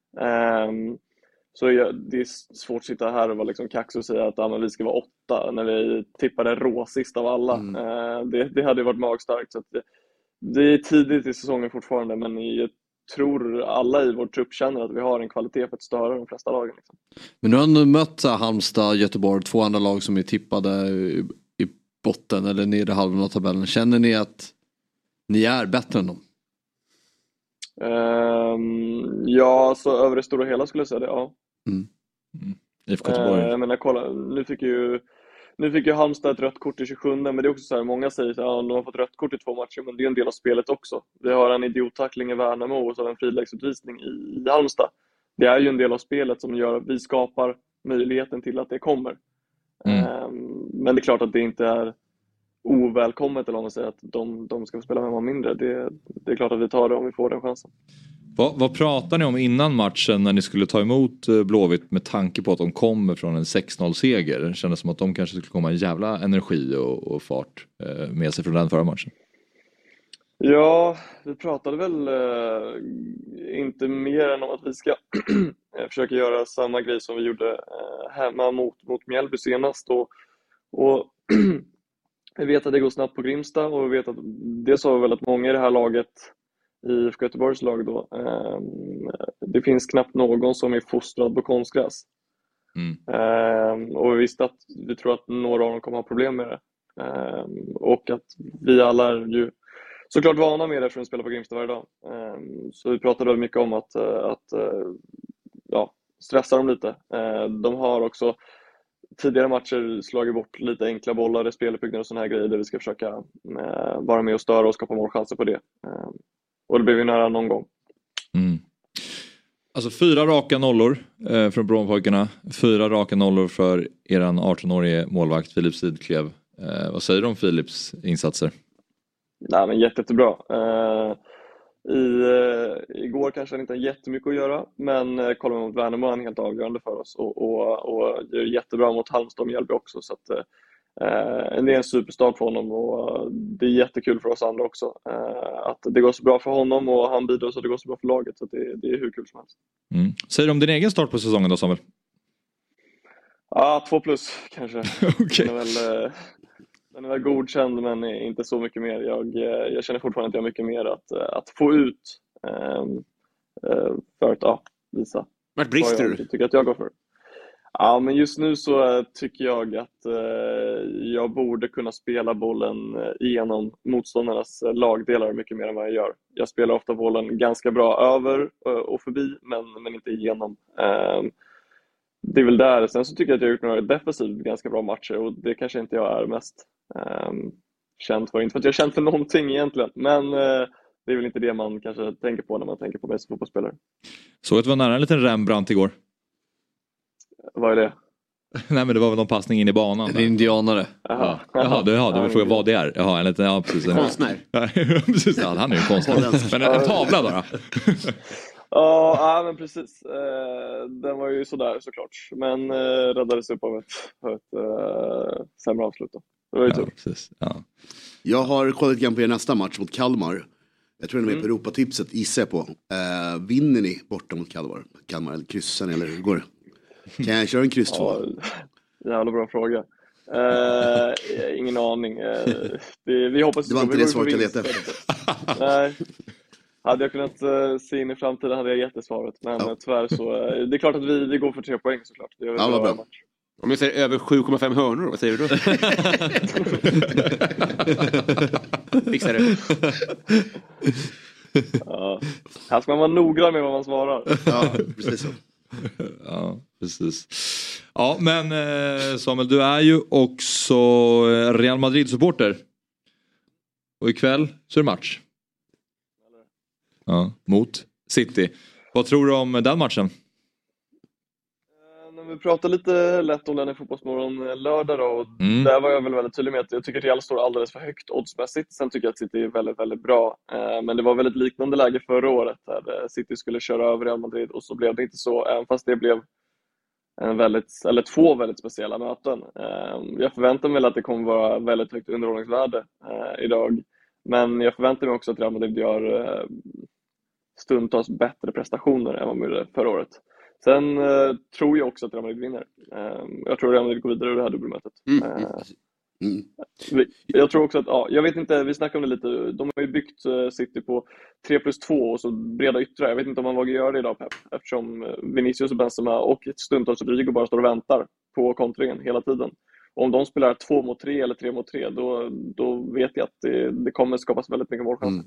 Så det är svårt att sitta här och vara liksom kaxig och säga att vi ska vara 8 när vi tippade råsist av alla. Det hade varit magstarkt. Så att det är tidigt i säsongen fortfarande, men jag tror alla i vår trupp känner att vi har en kvalitet för att störa de flesta lagen. Liksom. Men nu har du mött Halmstad, Göteborg, 2 andra lag som är tippade i botten eller nere i halvan av tabellen. Känner ni att ni är bättre än dem? Ja, så över det stora hela skulle jag säga det, ja. Jag menar, kolla, nu fick ju Halmstad ett rött kort i 27, men det är också så här, många säger att de har fått rött kort i 2 matcher, men det är en del av spelet också. Vi har en idiottackling i Värnamo och så en friläggsutvisning i Halmstad. Det är ju en del av spelet som gör att vi skapar möjligheten till att det kommer. Men det är klart att det inte är ovälkommet eller om man säger att de ska få spela med mindre. Det är klart att vi tar det om vi får den chansen. Vad pratar ni om innan matchen när ni skulle ta emot Blåvitt med tanke på att de kommer från en 6-0-seger? Det kändes som att de kanske skulle komma en jävla energi och fart med sig från den förra matchen. Ja, vi pratade väl inte mer än om att vi ska försöka göra samma grej som vi gjorde hemma mot Mjällby senast. Och vi vet att det går snabbt på Grimsta och vi vet att det sa väl att många i det här laget i Göteborgs lag då. Det finns knappt någon som är fostrad på konstgräs. Och vi visste att vi tror att några av dem kommer ha problem med det. Och att vi alla är ju såklart vana med det för att spela på Grimsta varje dag. Så vi pratade väldigt mycket om att stressa dem lite. De har också tidigare matcher slagit bort lite enkla bollar i speluppbyggnad och såna här grejer där vi ska försöka vara med och störa och skapa målchanser på det. Och det blir vi nära någon gång. Alltså 4 raka nollor från Brommapojkarna. 4 raka nollor för eran 18-årige målvakt Filip Sidklev. Vad säger du om Filips insatser? Nej, men jättebra. Igår kanske han inte har jättemycket att göra, men kollar man mot Värnamo är han helt avgörande för oss och gör jättebra mot Halmstad och Mjällby också, så att det är en superstart för honom och det är jättekul för oss andra också att det går så bra för honom och han bidrar så att det går så bra för laget, så att det är hur kul som helst. Säger du om din egen start på säsongen då, Samuel? Ja, 2+ kanske. Okay. Den är väl godkänd, men inte så mycket mer. Jag känner fortfarande att jag har mycket mer att få ut för att visa. Vart brister du? Tycker att jag går för. Ja, men just nu så tycker jag att jag borde kunna spela bollen igenom motståndarnas lagdelar mycket mer än vad jag gör. Jag spelar ofta bollen ganska bra över och förbi, men inte igenom. Det är väl där. Sen så tycker jag att jag har gjort några defensivt ganska bra matcher och det kanske inte jag är mest känd för. Inte för att jag är känd för någonting egentligen, men det är väl inte det man kanske tänker på när man tänker på mig som fotbollsspelare. Så att det var nära en liten Rembrandt igår. Vad är det? Nej, men det var väl någon passning in i banan. En indianare. Jaha, du vill fråga vad det är. Jaha, en liten, precis. Konstnär. Precis, ja, han är ju konstnär. Men en tavla bara. Ja, men precis. Den var ju sådär såklart. Men räddades upp av ett sämre avslut då. Det var ju tur. Precis. Ja. Jag har kollat grann på er nästa match mot Kalmar. Jag tror ni är med på Europatipset, gissar jag på. Vinner ni borta mot Kalmar eller kryssen, eller hur går det? Kan jag köra en kryss 2? Jävla bra fråga. Ingen aning. Vi hoppas det var inte det svaret jag letade efter. Nej. Hade jag kunnat se in i framtiden hade jag gett det svaret. Men tyvärr så, det är klart att vi går för 3 poäng såklart. Det var bra. Match. Om jag säger över 7,5 hörnor, vad säger du då? Fixar det. Ja. Här ska man vara noggrann med vad man svarar. Ja, precis så. Ja, precis. Ja, men Samuel, du är ju också Real Madrid-supporter. Och ikväll så är det match. Ja, mot City. Vad tror du om den matchen? När vi pratar lite lätt om den i Fotbollsmorgon lördag då, och där var jag väl väldigt tydlig med att jag tycker att Real står alldeles för högt oddsmässigt. Sen tycker jag att City är väldigt, väldigt bra. Men det var väldigt liknande läge förra året där City skulle köra över Real Madrid och så blev det inte så, även fast det blev två väldigt speciella möten. Jag förväntar mig att det kommer vara väldigt högt underhållningsvärde idag. Men jag förväntar mig också att Real Madrid gör stundtals bättre prestationer än vad man gjorde förra året. Sen tror jag också att Real Madrid vinner. Jag tror att Real Madrid går vidare ur det här dubbelmötet. Jag tror också att, jag vet inte, vi snackade om det lite. De har ju byggt City på 3+2 och så breda yttrar. Jag vet inte om man vågar göra det idag, Pep. Eftersom Vinicius och Benzema och ett stundtals Rodrigo bara står och väntar på kontringen hela tiden. Och om de spelar 2-3 eller 3-3, då vet jag att det kommer skapas väldigt mycket målchanser.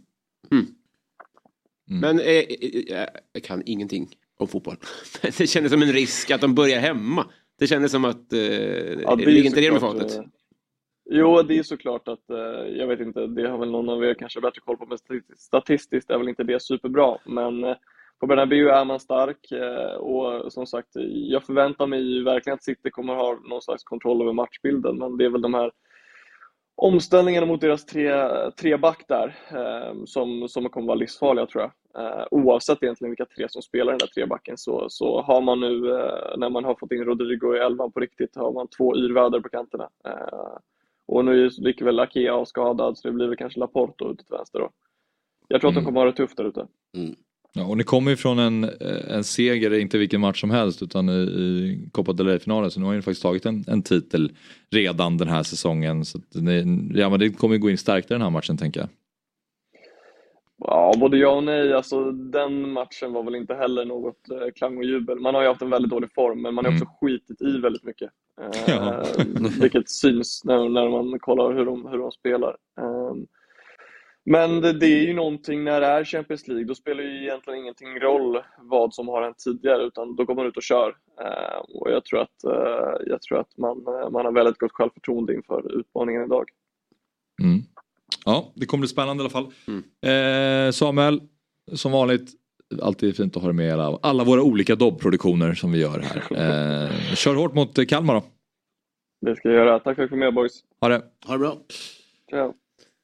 Men jag kan ingenting om fotboll. Det kändes som en risk att de börjar hemma. Det kändes som att det ligger inte det med fatet. Jo, det är såklart att jag vet inte, det har väl någon av er kanske bättre koll på, men statistiskt är väl inte det superbra. Men på Bernabéu är man stark och som sagt, jag förväntar mig verkligen att City kommer ha någon slags kontroll över matchbilden. Men det är väl de här omställningarna mot deras tre back där som kommer vara livsfarliga, tror jag. Oavsett egentligen vilka 3 som spelar den där 3-backen så har man nu, när man har fått in Rodrigo i 11 på riktigt, har man 2 yrväder på kanterna. Och nu ligger väl Akea och skadad, så det blir väl kanske Laporte ute till vänster då. Jag tror att de kommer ha det tufft där ute. Ja, och ni kommer ju från en seger, inte vilken match som helst, utan i Copa del Rey-finalen, så nu har ni faktiskt tagit en titel redan den här säsongen. Så men det kommer ju gå in starkare den här matchen, tänker jag. Ja, både ja och nej. Alltså, den matchen var väl inte heller något klang och jubel. Man har ju haft en väldigt dålig form, men man har också skitit i väldigt mycket. Vilket syns när man kollar hur de spelar. Men det är ju någonting när det är Champions League, då spelar ju egentligen ingenting roll vad som har hänt tidigare, utan då går man ut och kör. Och jag tror att man har väldigt gott självförtroende inför utmaningen idag. Mm. Ja, det kommer bli spännande i alla fall. Samuel, som vanligt, alltid fint att ha med alla våra olika dobbproduktioner som vi gör här. Kör hårt mot Kalmar då. Det ska jag göra. Tack för att du med, boys. Ha det. Ha det bra. Ciao.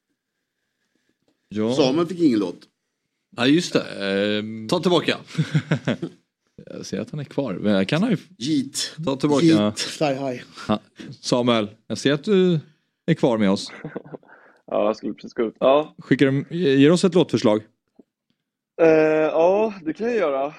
Ja. Samuel fick ingen låt. Ja, just det. Ta tillbaka. Jag ser att han är kvar. Men kan han ju... Jeet. Ta tillbaka. Jeet. Fly high. Samuel, jag ser att du är kvar med oss. Ja, jag skulle precis gå ut. Ja. Ger oss ett låtförslag. Ja, det kan jag göra.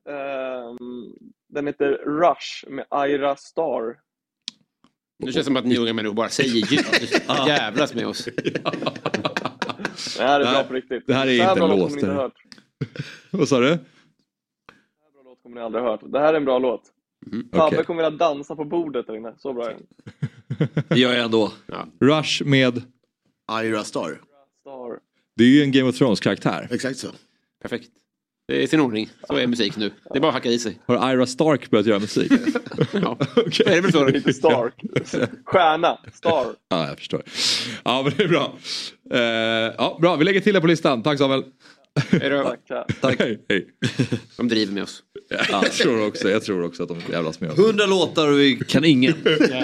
Den heter Rush med Ayra Starr. Det känns som att ni unga människor bara säger jävlas med oss. Det här är bra på riktigt. Det här är inte en låt. Vad sa du? Det här är en bra låt kommer ni aldrig ha hört. Det här är en bra låt. Pabbe kommer vilja dansa på bordet där inne. Så bra är det gör jag ändå. Ja. Rush med Ayra Starr. Det är ju en Game of Thrones-karaktär. Exakt så. Perfekt. Det är sin ordning. Så är musik nu. Det är bara att hacka i sig. Har Ira Stark börjat göra musik? Ja, okay. Är det väl så? Inte Stark. Stjärna. Star. Ja, jag förstår. Ja, men det är bra. Ja, bra. Vi lägger till det på listan. Tack Samuel. Hej då. Tack. Hej. De driver med oss. Ja, jag tror också att de jävlas med oss. 100 låtar och vi kan ingen.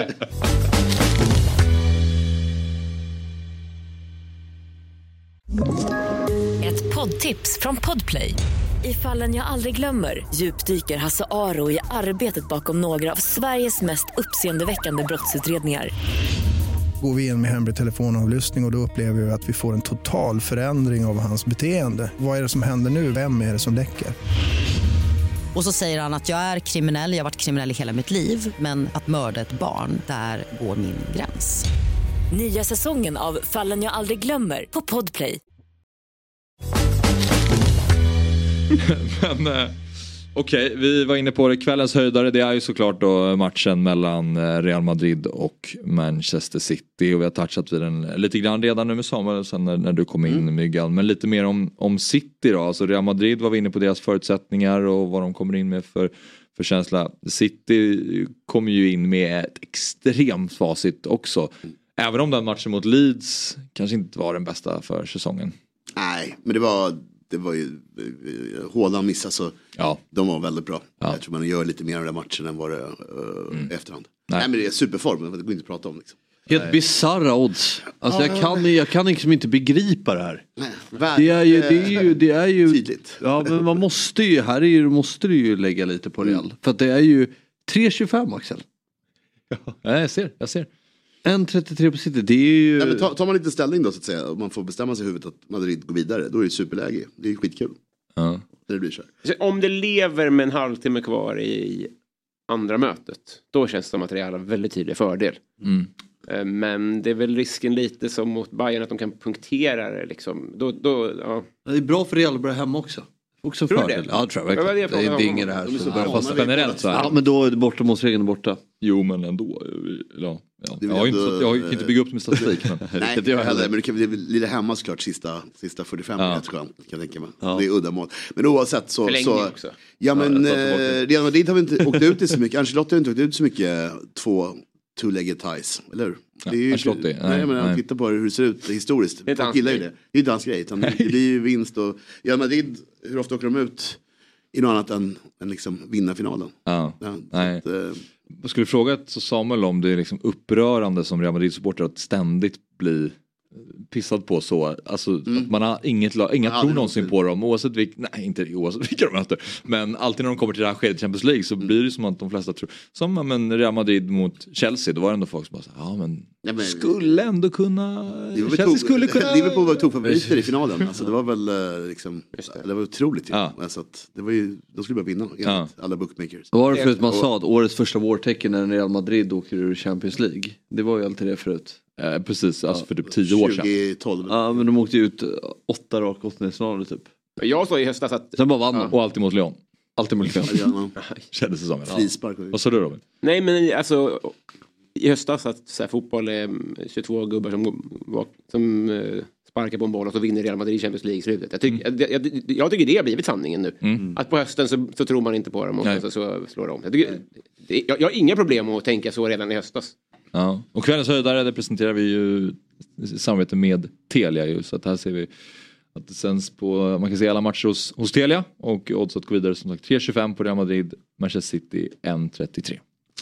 Ett poddtips från Podplay. I Fallen jag aldrig glömmer djupdyker Hasse Aro i arbetet bakom några av Sveriges mest uppseendeväckande brottsutredningar. Går vi in med hemlig telefonavlyssning och då upplever vi att vi får en total förändring av hans beteende. Vad är det som händer nu? Vem är det som läcker? Och så säger han att jag är kriminell, jag har varit kriminell i hela mitt liv. Men att mörda ett barn, där går min gräns. Nya säsongen av Fallen jag aldrig glömmer på Podplay. Men okej, vi var inne på det. Kvällens höjdare, det är ju såklart då matchen mellan Real Madrid och Manchester City. Och vi har touchat vid den lite grann redan nu med Samuel sen när du kom in, Myggan. Men lite mer om City då. Alltså Real Madrid var vi inne på deras förutsättningar och vad de kommer in med för känsla. City kommer ju in med ett extremt facit också. Även om den matchen mot Leeds kanske inte var den bästa för säsongen. Nej, men det var ju Håland missade så de var väldigt bra. Ja. Jag tror man gör lite mer av den matchen än vad det efterhand. Nej, men det är superform, det går inte att prata om liksom. Helt bizarra odds. Alltså jag kan liksom inte begripa det här. Nej, det är ju tydligt. Ja, men man måste ju måste du ju lägga lite på Real. För att det är ju 3,25 Axel. Ja, jag ser. 1,33 på City, det är ju... Ja, men tar man lite ställning då så att säga, och man får bestämma sig i huvudet att Madrid går vidare, då är det superläge. Det är ju skitkul. Ja. Det blir så. Om det lever med en halvtimme kvar i andra mötet, då känns det som att Real har väldigt tydlig fördel. Men det är väl risken lite som mot Bayern att de kan punktera det liksom. Ja. Det är bra för Real att börja hemma också. Också tror fördel. Det? Ja, tror jag verkligen. Det är inget det här. Fast generellt så här. Ja, men då är det bortamålsregeln borta. Jo, men ändå. Ja. Jag har inte byggt upp min statistik. Nej, det heller. Men det är lite hemma såklart sista 45 rätt skönt, kan jag tänka mig. Det är uddamål. Men oavsett så också. Ja, men Real Madrid har vi inte åkt ut i så mycket. Ancelotti har inte åkt ut så mycket two-legged ties, eller hur? Ja, det är ju Ancelotti. Nej. Titta på hur det ser ut historiskt. Folk gillar ju det. Det är inte hans grej. Det blir ju vinst och Real Madrid, hur ofta åker de ut i något annat än liksom vinna finalen? Nej. Jag skulle fråga Samuel om det är liksom upprörande som Real Madrid-supporter att ständigt bli pissad på så. Alltså att man har inga tro någonsin på dem oavsett inte oavsett vilka de möter. Men alltid när de kommer till det här skedet Champions League så blir det som att de flesta tror. Som Real Madrid mot Chelsea, då var det ändå folk som bara så, skulle ändå kunna Chelsea skulle kunna. Liverpool var tokfavoriter i finalen. Alltså det var väl liksom det var otroligt. Alltså att det var ju de skulle bara vinna alla bookmakers. Vad var det förut man sa att årets första vårtecken när Real Madrid åker ur Champions League? Det var ju alltid det förut. Precis, alltså för typ 10 år sedan. 2012. Ja, men de åkte ut 8 raka åttondelsfinaler typ. Jag sa i höstas att... Sen bara vann och alltid mot Lyon. Alltid mot Lyon. Kändes det som. Frispark. Vad sa du, Robin? Nej, men alltså i höstas att så här, fotboll är 22 gubbar som sparkar på en boll och så vinner Real Madrid Champions League i slutet. Jag tycker det har blivit sanningen nu. Att på hösten så tror man inte på dem och så slår de om. Jag har inga problem att tänka så redan i höstas. Ja. Och kvällens höjdare, det presenterar vi ju i samarbete med Telia ju, så att här ser vi att det sänds på, man kan se alla matcher hos Telia och oddset går vidare som sagt 3.25 på Real Madrid, Manchester City 1.33.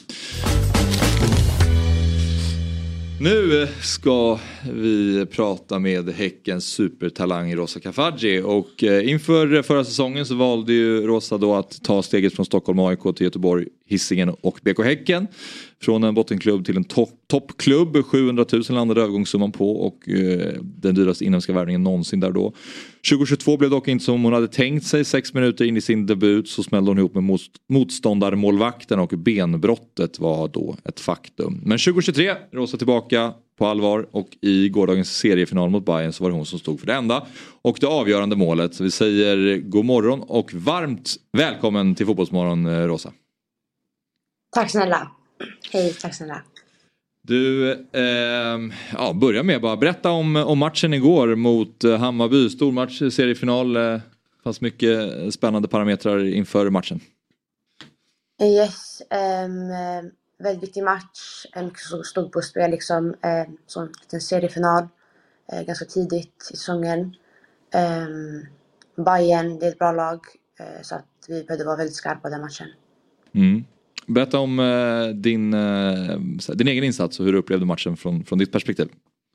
Nu ska vi prata med Häckens supertalang Rosa Kafaji och inför förra säsongen så valde ju Rosa då att ta steget från Stockholm AIK till Göteborg, Hisingen och BK Häcken. Från en bottenklubb till en toppklubb, 700 000 landade övergångssumman på och den dyraste inhemska värvningen någonsin där då. 2022 blev dock inte som hon hade tänkt sig. 6 minuter in i sin debut så smällde hon ihop med motståndarmålvakten och benbrottet var då ett faktum. Men 2023, Rosa tillbaka på allvar och i gårdagens seriefinal mot Bayern så var det hon som stod för det enda och det avgörande målet. Så vi säger god morgon och varmt välkommen till Fotbollsmorgon, Rosa. Tack snälla. Hej, tack snälla. Du, börja med bara berätta om matchen igår mot Hammarby. Stor match, seriefinal. Fanns mycket spännande parametrar inför matchen. Yes, väldigt viktig match. Mycket stod på spel liksom. Som en seriefinal. Ganska tidigt i säsongen. Bayern, det är ett bra lag. Så att vi behövde vara väldigt skarpa den matchen. Mm. Berätta om din egen insats och hur du upplevde matchen från ditt perspektiv.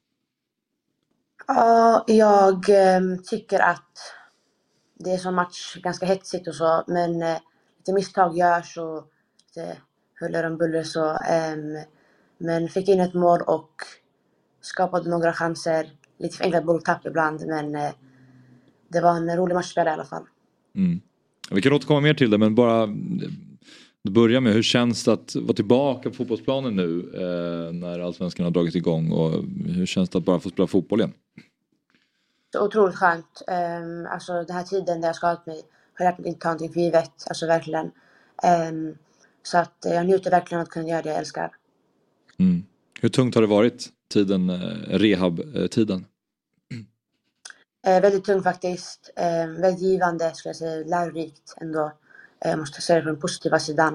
Ja, jag tycker att det är som match ganska hetsigt och så, men lite misstag görs och lite huller om buller så. Men fick in ett mål och skapade några chanser. Lite förenklat bolltapp ibland, men det var en rolig match att spela i alla fall. Mm. Vi kan återkomma mer till det, men bara börja med, hur känns det att vara tillbaka på fotbollsplanen nu när Allsvenskan har dragit igång och hur känns det att bara få spela fotboll igen? Så otroligt skönt. Alltså den här tiden där jag skadat mig har jag lärt mig inte ta någonting för givet. Alltså verkligen. Så att jag njuter verkligen att kunna göra det jag älskar. Mm. Hur tungt har det varit rehab-tiden? Väldigt tungt faktiskt. Väldigt givande skulle jag säga. Lärorikt ändå. Jag måste säga det från den positiva sidan.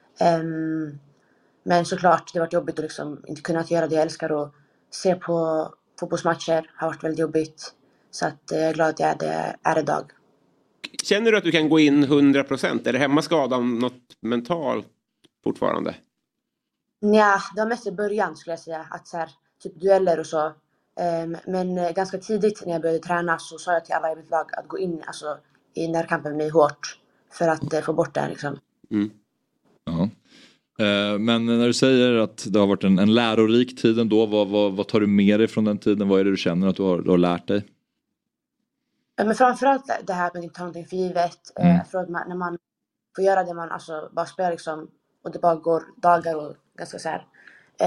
Men såklart, det har varit jobbigt att liksom inte kunna göra det jag älskar och se på fotbollsmatcher har varit väldigt jobbigt. Så att jag är glad att jag är idag. Känner du att du kan gå in 100%? Är det hemmaskadan något mentalt fortfarande? Ja, det var mest i början skulle jag säga. Att så här, typ dueller och så. Men ganska tidigt när jag började träna så sa jag till alla i mitt lag att gå in alltså, i närkampen med mig hårt. För att få bort det liksom. Mm. Ja. Men när du säger att det har varit en lärorik tid ändå, vad tar du med dig från den tiden? Vad är det du känner att du har lärt dig? Men framförallt det här med att inte ta någonting för givet. Jag tror att när man får göra det man alltså bara spelar liksom, och det bara går dagar och ganska så här.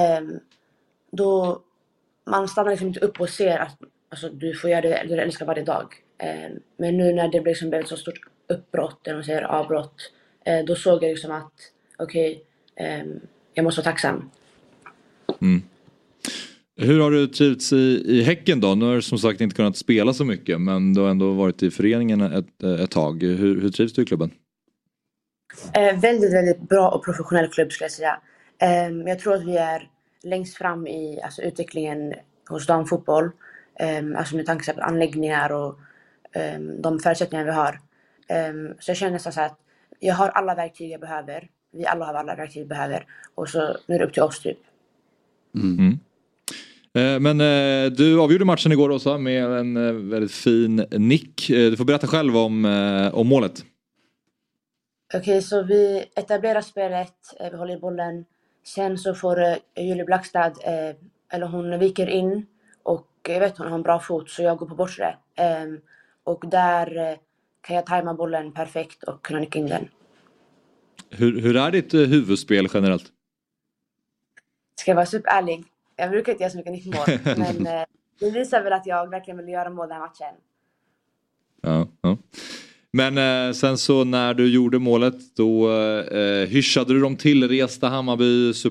Då man stannar liksom inte upp och ser att alltså, du får göra det du älskar varje dag. Men nu när det blev ett så stort uppbrott, eller man säger avbrott, då såg jag liksom att okej, jag måste vara tacksam. Mm. Hur har du trivts i Häcken då? Nu har du som sagt inte kunnat spela så mycket, men du har ändå varit i föreningen ett tag. Hur trivs du i klubben? Väldigt, väldigt bra och professionell klubb skulle jag säga. Jag tror att vi är längst fram i alltså, utvecklingen hos damfotboll. Alltså med tanke på anläggningar och de förutsättningar vi har. Så jag känner nästan så att jag har alla verktyg jag behöver. Vi alla har alla verktyg vi behöver. Och så nu är det upp till oss typ. Mm. Men du avgjorde matchen igår också med en väldigt fin nick. Du får berätta själv om målet. Okej, så vi etablerar spelet. Vi håller i bollen. Sen så får Julie Blackstad, eller hon viker in. Och jag vet hon har en bra fot så jag går på bortre. Och där kan jag tajma bollen perfekt och kunna nicka in den. Hur är ditt huvudspel generellt? Ska jag vara superärlig? Jag brukar inte göra så mycket nickmål. Men det visar väl att jag verkligen vill göra mål den här matchen. Ja. Men sen så när du gjorde målet då hyschade du de tillresta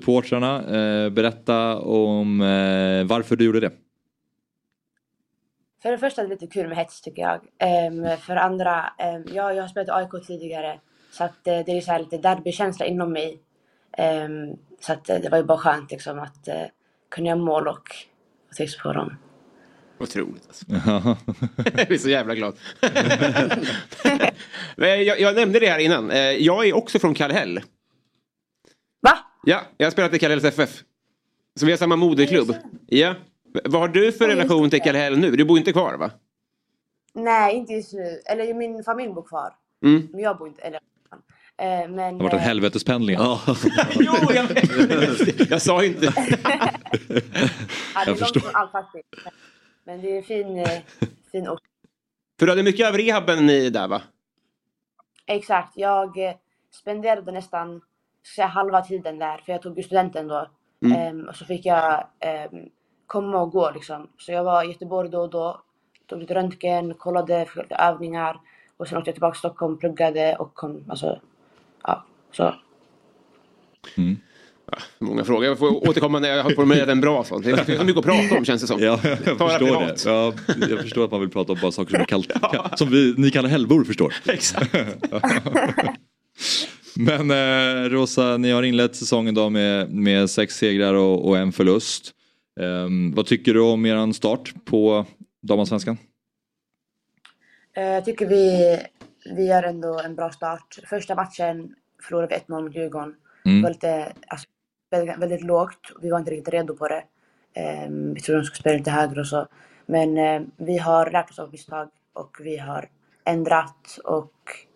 Hammarby-supportrarna. Berätta om varför du gjorde det. För det första är det lite kul med hets tycker jag. För det andra, jag har spelat i AIK tidigare. Så att det är så här lite derbykänsla inom mig. Så att det var ju bara skönt liksom, att kunna göra mål och fixa på dem. Otroligt alltså. Jag är så jävla glad. jag nämnde det här innan. Jag är också från Kallhäll. Va? Ja, jag har spelat i Kallhälls FF. Så vi har samma moderklubb. Ja. Vad har du för relation till Kallhäll nu? Du bor inte kvar va? Nej, inte just nu. Eller min familj bor kvar. Men jag bor inte. Eller, men, det har varit en helvetespendling. Ja. Jo, jag sa inte. Ja, det är långt från allt faktiskt. Men det är fin ort. För du hade mycket av rehaben där va? Exakt. Jag spenderade nästan halva tiden där. För jag tog ju studenten då. Och så fick jag komma och gå liksom. Så jag var i Göteborg då och då. Tog lite röntgen, kollade för lite övningar. Och sen åkte jag tillbaka till Stockholm, pluggade och kom, alltså, ja, så. Ja, många frågor. Jag får återkomma när jag har formulerat en bra sån. Det är så mycket att prata om känns det som. Ja, jag förstår det. Ja, jag förstår att man vill prata om bara saker som är kallt. Som ni Kallhällbor förstår. Exakt. Men Rosa, ni har inlett säsongen då med 6 segrar och en förlust. Vad tycker du om er start på damallsvenskan? Jag tycker vi gör ändå en bra start. Första matchen förlorade vi 1-0 mot Djurgården. Det var lite, alltså, väldigt lågt. Vi var inte riktigt redo på det. Vi trodde de skulle spela lite högre och så. Men vi har lärt oss av misstag och vi har ändrat och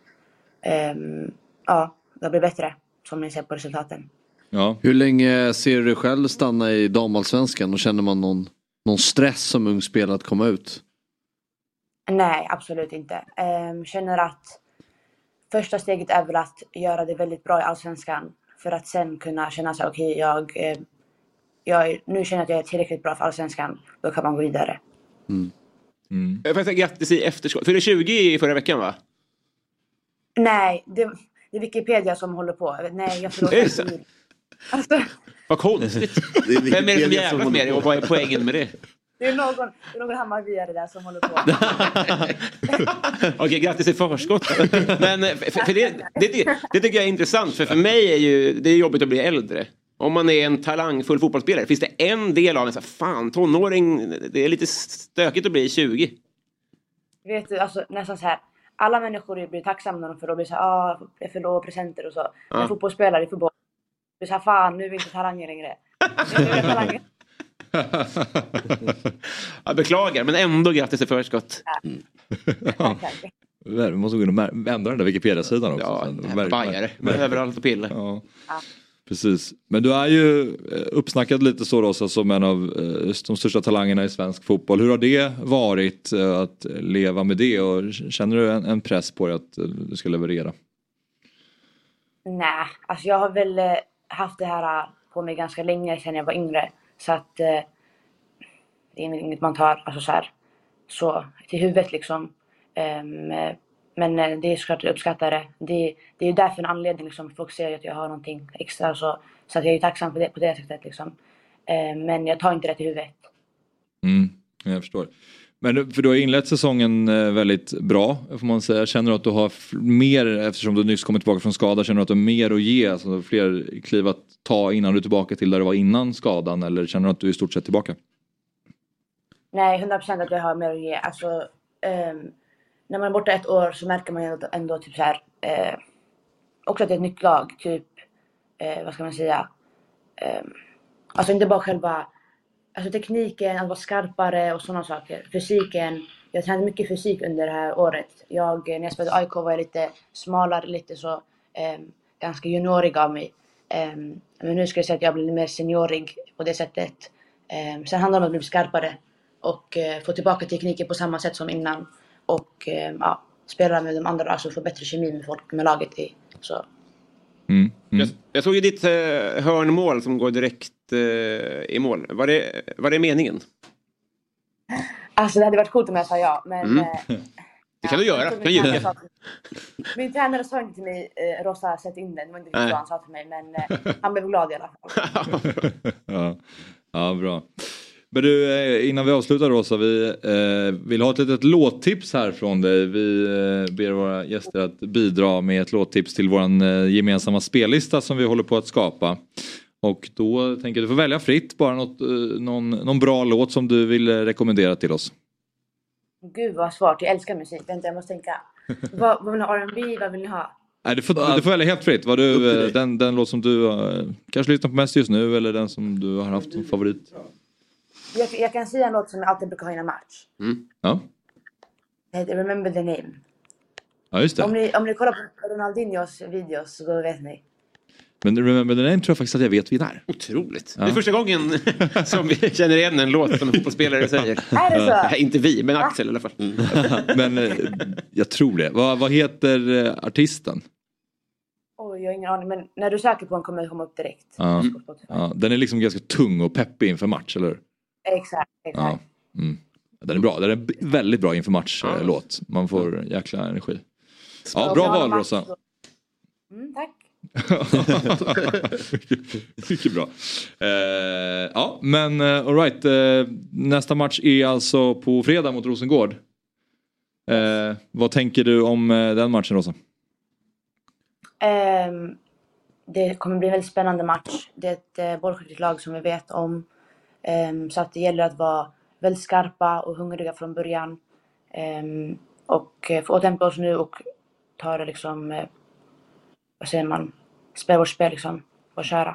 ja, det blir bättre som ni ser på resultaten. Ja. Hur länge ser du dig själv stanna i damallsvenskan och känner man någon stress som ung spelare att komma ut? Nej, absolut inte. Känner att första steget är väl att göra det väldigt bra i allsvenskan för att sen kunna känna sig okej, jag nu känner att jag är tillräckligt bra för allsvenskan, då kan man gå vidare. Jag får säga grattis i efterskott. För det är 20 i förra veckan va? Nej, det är Wikipedia som håller på. Nej, jag förlåter. Alltså. Vad konstigt. Vem är det som jävlas med det och vad är poängen med det? Det är någon Hammarbyare där som håller på. Okej, grattis i förskott. Men för det tycker jag är intressant. För mig är ju det är jobbigt att bli äldre. Om man är en talangfull fotbollsspelare finns det en del av en så här, fan, tonåring, det är lite stökigt att bli 20. Vet du, alltså nästan så här. Alla människor blir tacksamma när de får bli så här, jag får lov presenter och så. Men fotbollsspelare i fotboll blir så här, fan, nu är vi inte talanger längre. Nu är vi talanger. Jag beklagar, men ändå grattis i förskott. Vi måste gå in och ändra den där Wikipedia-sidan också. Ja, bajare. Överallt och pilla. Ja. Precis. Men du är ju uppsnackad lite så Rosa som en av de största talangerna i svensk fotboll. Hur har det varit att leva med det? Och känner du en press på dig att du ska leverera? Nej, alltså jag har väl haft det här på mig ganska länge sedan jag var yngre. Så att det är inget man tar alltså så till huvudet liksom. Men det är såklart jag uppskattar det. Det är ju därför en anledning liksom. Folk ser att jag har någonting extra så att jag är tacksam för det, på det sättet liksom. Men jag tar inte det till huvudet. Jag förstår. Men för du har inlett säsongen väldigt bra får man säga. Känner du att du har mer, eftersom du nyss kommit tillbaka från skada, känner du att du har mer att ge? Alltså fler kliv att ta innan du är tillbaka till där du var innan skadan? Eller känner du att du är i stort sett tillbaka? Nej, 100% att jag har mer att ge. Alltså, när man är borta 1 år så märker man ju ändå typ så här, också att det är ett nytt lag. Typ, vad ska man säga? Alltså inte bara själva alltså tekniken, att vara skarpare och sådana saker. Fysiken, jag tränade mycket fysik under det här året. När jag spelade AIK var jag lite smalare, lite så ganska juniorig av mig. Men nu ska jag säga att jag blir mer seniorig på det sättet. Sen handlar det om att bli skarpare och få tillbaka tekniken på samma sätt som innan. Och spela med de andra, alltså få bättre kemi med folk, med laget i. Så. Jag såg ju ditt hörnmål som går direkt i mål. Var det meningen? Alltså det hade varit coolt om jag sa ja. Men, det kan du göra. Min tränare sa inte till mig, Rosa, sätt in den. Det var inte vad han sa till mig. Men han blev glad i alla fall. Ja, bra. Men du, innan vi avslutar då så vi vill ha ett litet låttips här från dig. Vi ber våra gäster att bidra med ett låttips till våran gemensamma spellista som vi håller på att skapa. Och då tänker du får välja fritt bara någon bra låt som du vill rekommendera till oss. Gud vad svårt, jag älskar musik. Vänta, jag måste tänka. Vad vill ni ha? R&B, vad vill ni ha? Nej, du får välja helt fritt. Vad den låt som du kanske lyssnar på mest just nu eller den som du har haft som favorit. Jag kan säga en låt som jag alltid brukar ha i en match. Ja. Det heter Remember the Name. Ja, just det. Om ni kollar på Ronaldinhos videos så då vet ni. Men Remember the Name tror jag faktiskt att jag vet vid där. Otroligt. Ja. Det är första gången som vi känner igen en låt som en fotbollsspelare säger. Är det så? Inte vi, men Axel i alla fall. Men jag tror det. Vad heter artisten? Jag har ingen aning, men när du söker på den kommer det komma upp direkt. Ja, den är liksom ganska tung och peppig inför match, eller hur? Exakt. Ja. Den är bra, den är väldigt bra inför matchlåt. Man får jäkla energi. Ja, bra val, Rosa. Tack. Mycket bra. Ja, men all right. Nästa match är alltså på fredag mot Rosengård. Vad tänker du om den matchen, Rosa? Det kommer bli en väldigt spännande match. Det är ett bollskickligt lag som vi vet om. Så att det gäller att vara väldigt skarpa och hungriga från början. Och få återhämta oss nu och ta det liksom, vad säger man, spela vårt spel liksom och köra.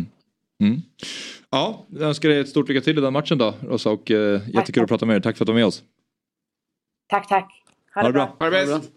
Ja, jag önskar dig ett stort lycka till i den matchen då, Rosa, och jättekul att prata med er. Tack för att du var med oss. Tack. Ha det bra. Ha det bäst.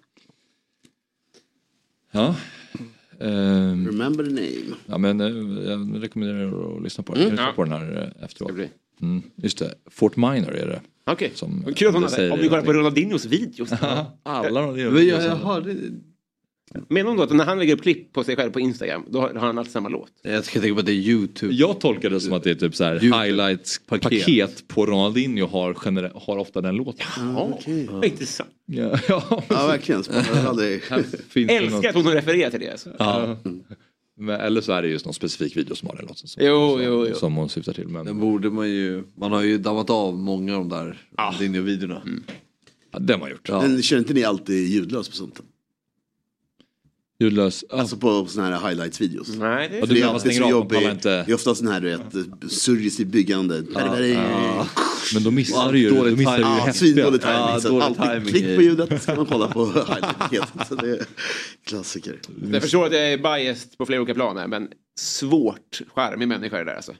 Ja. Remember the Name. Ja, men jag rekommenderar er att lyssna på den. Lyssna på den här efteråt. Just det, Fort Minor är det. Okej, kul om vi går på Ronaldinhos videos. Alla Ronaldinhos. Jag hörde... Menar hon då att när han lägger upp klipp på sig själv på Instagram då har han alltid samma låt? Jag ska tänka på att det är YouTube. Jag tolkar det som att det är typ så här highlights-paket på Ronaldinho har ofta den låten. Ja, intressant. Ja, verkligen. Älskar att hon refererar till det. Alltså. Ja. Eller så är det just någon specifik video som har den låten som hon syftar till. Men... Den borde man har ju dammat av många av de där Ronaldinho-videorna. Ja, det har man gjort. Men känner inte ni alltid ljudlös på sånt? Ljudlös. Alltså på såna här highlights-videos. Nej, det är alltid så jobbigt. Det är ofta sån här, du vet, suggestivt byggande. Men då missar du ju svindålig timing. Så alltid klick på ljudet ska man kolla på highlights. Så det är klassiker. Jag förstår att jag är biased på flera olika planer, men svårt charmig människa det där alltså.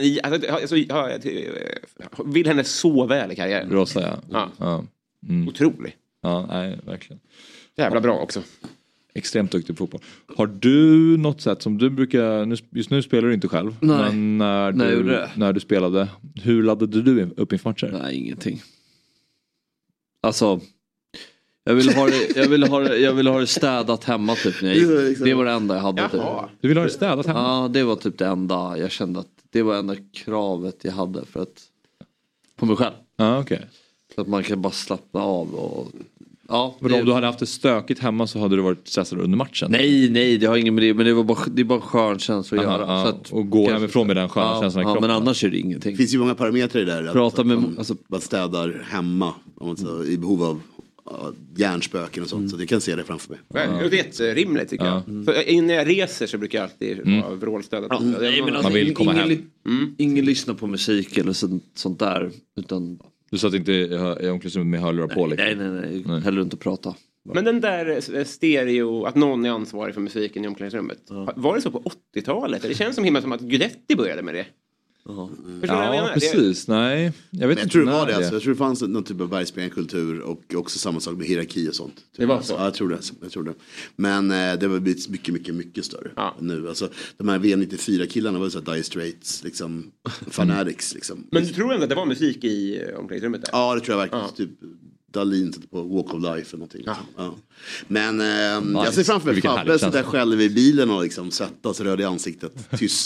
Vill henne så väl i karriären. Rosa, ja. Otrolig. Ja, nej, verkligen. Jävla bra också. Extremt duktig på fotboll. Har du något sätt som du brukar, just nu spelar du inte själv. Nej. Men när du spelade, hur laddade du upp inför matcher? Nej, ingenting. Alltså, jag vill ha det städat hemma typ. Det var det enda jag hade. Typ. Du vill ha det städat hemma? Ja, det var typ det enda jag kände att det var enda kravet jag hade för att på mig själv. Ja, okej. Så att man kan bara slappna av och men om du hade haft det stökigt hemma så hade du varit stressad under matchen? Nej, det har ingen med det. Men det är bara skön känsla att göra. Så att, och gå hemifrån med den sköna känslan i kroppen. Men annars är det ingenting. Det finns ju många parametrar i det där. Prata med... Man städar hemma i behov av hjärnspöken och sånt. Så det kan se det framför mig. Det är jätterimligt tycker jag. För innan jag reser så brukar jag alltid vara vrålstädat. Man vill komma hem. Ingen lyssnar på musik eller sånt där. Utan... Du satt inte i omklädningsrummet med hörlurar på? Nej. Hellre inte prata. Men den där stereo, att någon är ansvarig för musiken i omklädningsrummet. Var det så på 80-talet? Det känns som att Guidetti började med det. Ja, precis. Nej, jag vet inte. Jag tror det var det. Alltså. Jag tror det fanns någon typ av bergsbenkultur och också samma sak med hierarki och sånt. Det var så? Ja, jag tror det. Men det var blivit mycket större nu. Alltså, de här VM94-killarna var ju så här Dire Straits, liksom, Fanatics. Liksom. Men du tror ändå att det var musik i omklädningsrummet där? Ja, det tror jag verkligen. Typ Dahlin på Walk of Life eller någonting. Ja. Men jag ser framför mig Fabbe så där själv i bilen och liksom sätta sig röd i ansiktet, tyst.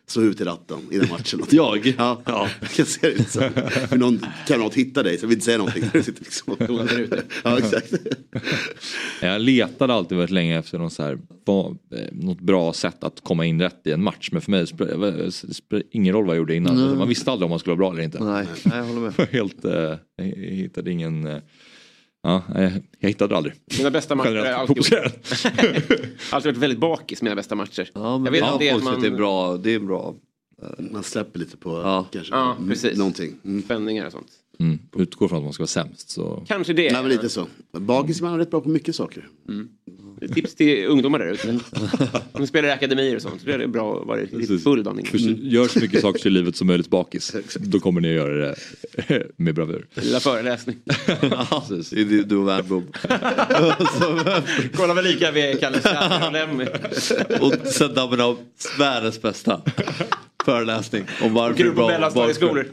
så ut i ratten i den matchen. Jag? Ja, jag kan se det ut så. För någon kamrat hittar dig så jag vill inte säga någonting. Ja, exakt. Jag letade alltid väldigt länge efter något bra sätt att komma in rätt i en match. Men för mig spelar ingen roll vad jag gjorde innan. Man visste aldrig om man skulle vara bra eller inte. Nej, jag håller med. Jag hittade ingen... jag hittade aldrig. Mina bästa matcher är alltid varit väldigt bakis, mina bästa matcher. Ja, men jag vet att det är bra. Man släpper lite på kanske någonting. Spänningar och sånt. Utgår från att man ska vara sämst. Så... Kanske det. Nej, men lite så. Bakis är rätt bra på mycket saker. Tips till ungdomar där ute. De spelar i akademier och sånt. Det är bra att vara lite full dagen innan. Gör så mycket saker i livet som möjligt bakis. Då kommer ni att göra det med bravur. Lilla föreläsning. Du och Värnbom. Kolla väl lika vi Kalle Stjärn och Lemmy. Och sen dammen av världens bästa föreläsning om varför det är bra mellanstadieskolor.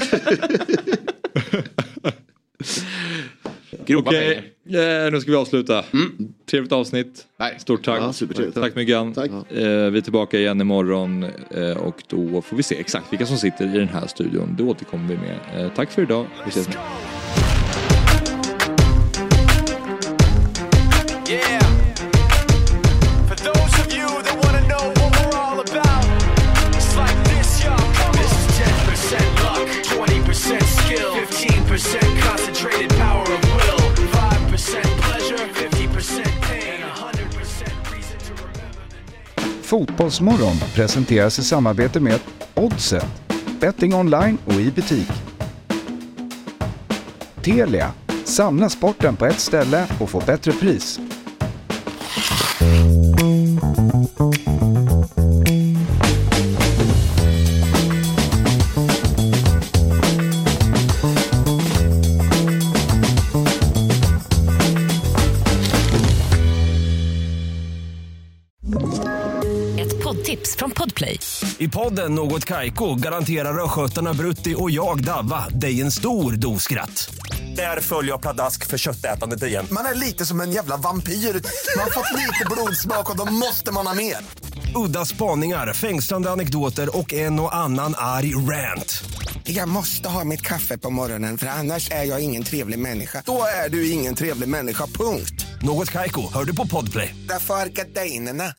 Okej, nu ska vi avsluta. Trevligt avsnitt. Stort tack. Tack Myggan. Vi är tillbaka igen imorgon och då får vi se exakt vilka som sitter i den här studion. Det återkommer vi med. Tack för idag. Vi ses med. Fotbollsmorgon presenteras i samarbete med Oddset, betting online och i butik. Telia, samla sporten på ett ställe och få bättre pris. Tips från Podplay. I podden Något Kaiko garanterar röskötarna Brutti och jag Davva dig en stor doskratt. Där följer jag pladask för köttätandet igen. Man är lite som en jävla vampyr. Man har fått lite blodsmak och då måste man ha mer. Udda spaningar, fängslande anekdoter och en och annan arg rant. Jag måste ha mitt kaffe på morgonen för annars är jag ingen trevlig människa. Då är du ingen trevlig människa, punkt. Något Kaiko, hör du på Podplay. Därför är gardinerna.